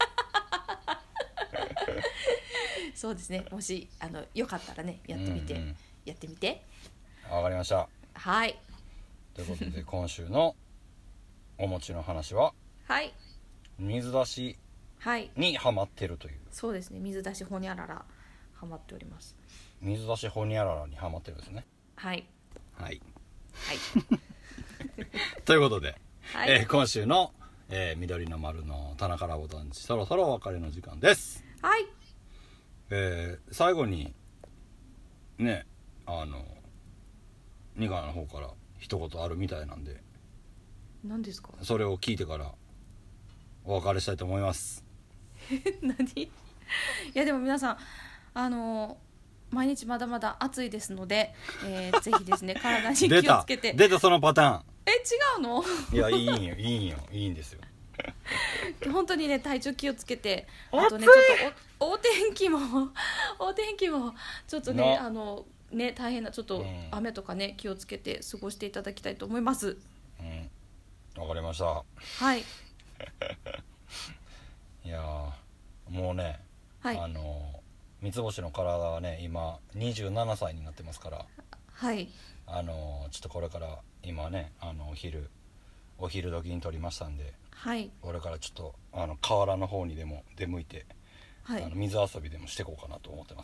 そうですね、もしあのよかったらねやってみて、 うんうんやってみて。 わかりましたはいということで今週のお餅の話ははい水出しはいにハマってるというそうですね、水出しほにゃららハマっております。 水出しホニャララにハマってるんですね。 はいはいはいということで、 はい、 えー今週の、えー緑の丸の棚からボタンそろそろお別れの時間です。 はいえー最後にねあのニカの方から一言あるみたいなんで何ですかそれを聞いてからお別れしたいと思います。 何いやでも皆さんあの毎日まだまだ暑いですので、えー、ぜひですね体に気出たをつけて。 出たそのパタえ違うのーンいやいいんよいいんよいいんですよ。 本当にね体調気をつけて、 暑いあとねちょっとおお天気もお天気もちょっとねなあのね大変なちょっとうん雨とかね気をつけて過ごしていただきたいと思います。 うんわかりました。 はいいやーもうね、 はいあの三つ星の体はね今にじゅうななさいになってますからはいあのちょっとこれから今ねあのお昼お昼時に撮りましたんではいこれからちょっとあの河原の方にでも出向いて、 はいあの水遊びでもしていこうかなと思ってます。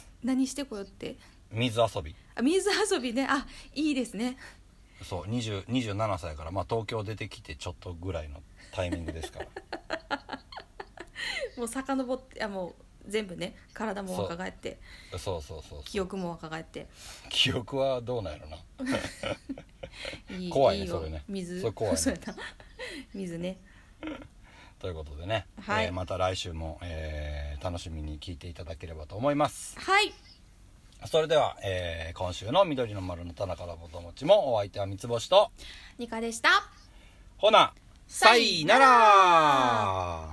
何してこようって。 水遊びあ水遊びね。あいいですね。 そうにじゅう、にじゅうななさいから、まあ、東京出てきてちょっとぐらいのタイミングですからもう遡ってあもう全部ね体も若返ってそうそうそうそう記憶も若返って記憶はどうなんやろないい怖いねいよそれね水それ怖いねそうやな水ね。 ということでね、 はいえーまた来週も、えー楽しみに聞いていただければと思います。 はいそれでは、えー今週の緑の丸の棚からぼともちもお相手は三つ星とニカでした。 ほなさいなら。